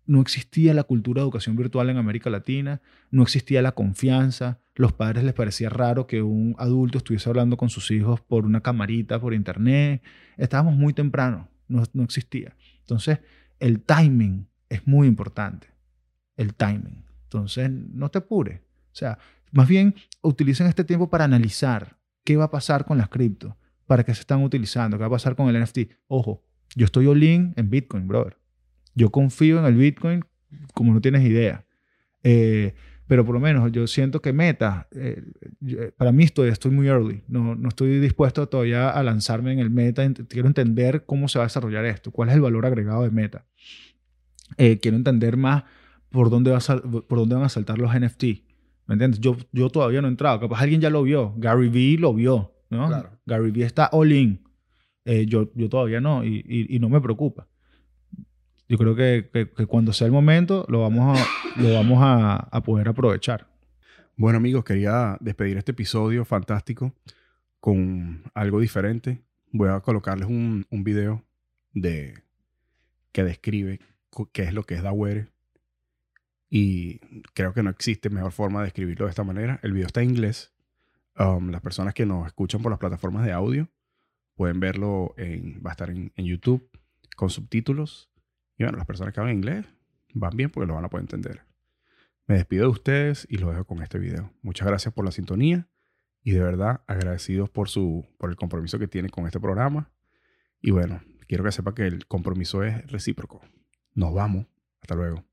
[SPEAKER 2] no existía la cultura de educación virtual en América Latina, no existía la confianza, los padres les parecía raro que un adulto estuviese hablando con sus hijos por una camarita, por internet. Estábamos muy temprano, no existía. Entonces, el timing es muy importante, el timing. Entonces, no te apures. O sea, más bien utilicen este tiempo para analizar qué va a pasar con las cripto, para qué se están utilizando, qué va a pasar con el NFT. Ojo, yo estoy all-in en Bitcoin, brother. Yo confío en el Bitcoin como no tienes idea. Pero por lo menos yo siento que Meta, para mí estoy muy early. No estoy dispuesto todavía a lanzarme en el Meta. Quiero entender cómo se va a desarrollar esto, cuál es el valor agregado de Meta. Quiero entender más por dónde van a saltar los NFT. ¿Me entiendes? Yo todavía no he entrado. Capaz alguien ya lo vio. Gary Vee lo vio, ¿no?
[SPEAKER 1] Claro.
[SPEAKER 2] Gary Vee está all in. Yo todavía no y no me preocupa. Yo creo que cuando sea el momento lo vamos a poder aprovechar.
[SPEAKER 1] Bueno, amigos, quería despedir este episodio fantástico con algo diferente. Voy a colocarles un video que describe qué es lo que es Dawere. Y creo que no existe mejor forma de describirlo de esta manera. El video está en inglés. Las personas que nos escuchan por las plataformas de audio pueden verlo, va a estar en YouTube con subtítulos. Y bueno, las personas que hablan inglés van bien porque lo van a poder entender. Me despido de ustedes y los dejo con este video. Muchas gracias por la sintonía y de verdad agradecidos por el compromiso que tienen con este programa. Y bueno, quiero que sepa que el compromiso es recíproco. Nos vamos. Hasta luego.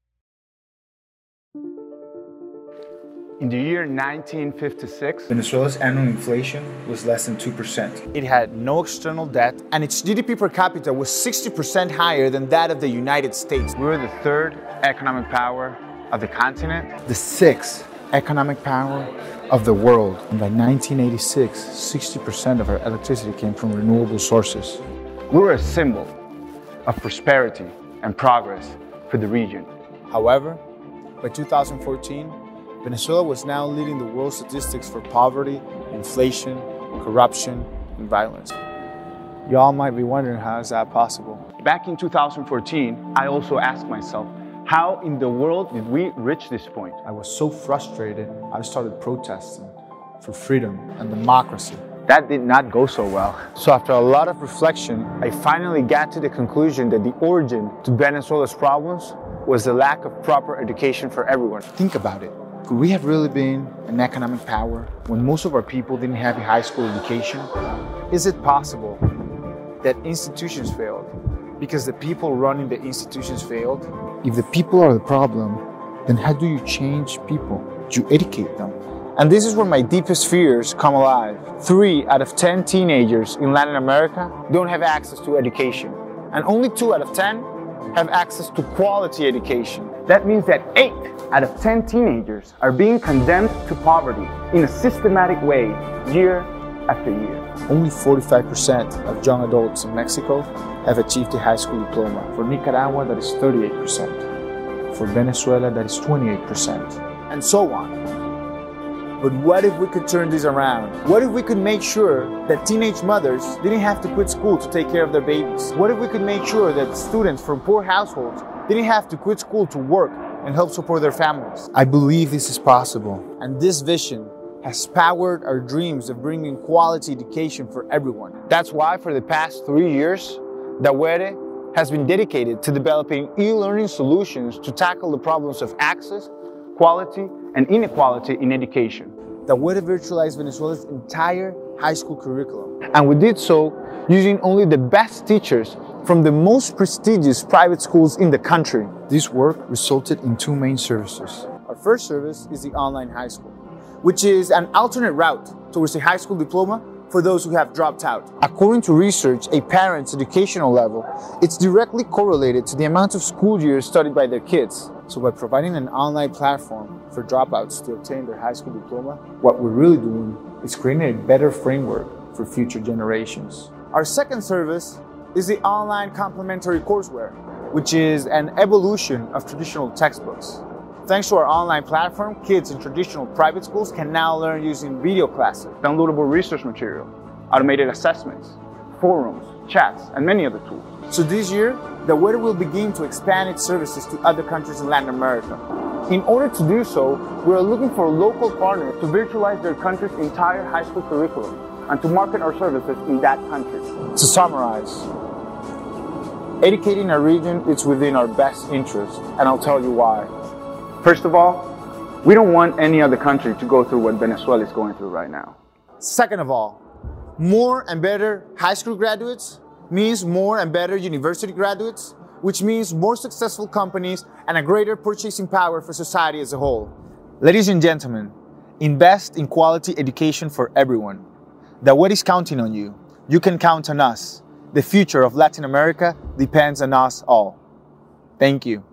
[SPEAKER 3] In the year 1956,
[SPEAKER 2] Venezuela's annual inflation was less than 2%.
[SPEAKER 3] it had no external debt, and its GDP per capita was 60% higher than that of the United States. We were the third economic power of the continent, the sixth economic power of the world. And by 1986, 60% of our electricity came from renewable sources. We were a symbol of prosperity and progress for the region. However, by 2014, Venezuela was now leading the world statistics for poverty, inflation, corruption, and violence. Y'all might be wondering, how is that possible? Back in 2014, I also asked myself, how in the world did we reach this point? I was so frustrated, I started protesting for freedom and democracy. That did not go so well. So after a lot of reflection, I finally got to the conclusion that the origin to Venezuela's problems was the lack of proper education for everyone. Think about it. Could we have really been an economic power when most of our people didn't have a high school education? Is it possible that institutions failed because the people running the institutions failed? If the people are the problem, then how do you change people? Do you educate them? And this is where my deepest fears come alive. 3 out of 10 teenagers in Latin America don't have access to education. And only 2 out of 10 have access to quality education. That means that 8 out of 10 teenagers are being condemned to poverty in a systematic way, year after year. Only 45% of young adults in Mexico have achieved a high school diploma. For Nicaragua, that is 38%. For Venezuela, that is 28%. And so on. But what if we could turn this around? What if we could make sure that teenage mothers didn't have to quit school to take care of their babies? What if we could make sure that students from poor households didn't have to quit school to work and help support their families? I believe this is possible. And this vision has powered our dreams of bringing quality education for everyone. That's why for the past 3 years, Dawere has been dedicated to developing e-learning solutions to tackle the problems of access, quality, and inequality in education. Dawere virtualized Venezuela's entire high school curriculum. And we did so using only the best teachers from the most prestigious private schools in the country. This work resulted in 2 main services. Our first service is the online high school, which is an alternate route towards a high school diploma for those who have dropped out. According to research, a parent's educational level, it's directly correlated to the amount of school years studied by their kids. So by providing an online platform for dropouts to obtain their high school diploma, what we're really doing is creating a better framework for future generations. Our second service is the online complementary courseware, which is an evolution of traditional textbooks. Thanks to our online platform, kids in traditional private schools can now learn using video classes, downloadable research material, automated assessments, forums, chats, and many other tools. So this year, the WED will begin to expand its services to other countries in Latin America. In order to do so, we are looking for local partners to virtualize their country's entire high school curriculum and to market our services in that country. To summarize, educating our region is within our best interest, and I'll tell you why. First of all, we don't want any other country to go through what Venezuela is going through right now. Second of all, more and better high school graduates means more and better university graduates, which means more successful companies and a greater purchasing power for society as a whole. Ladies and gentlemen, invest in quality education for everyone. The WED is counting on you. You can count on us. The future of Latin America depends on us all. Thank you.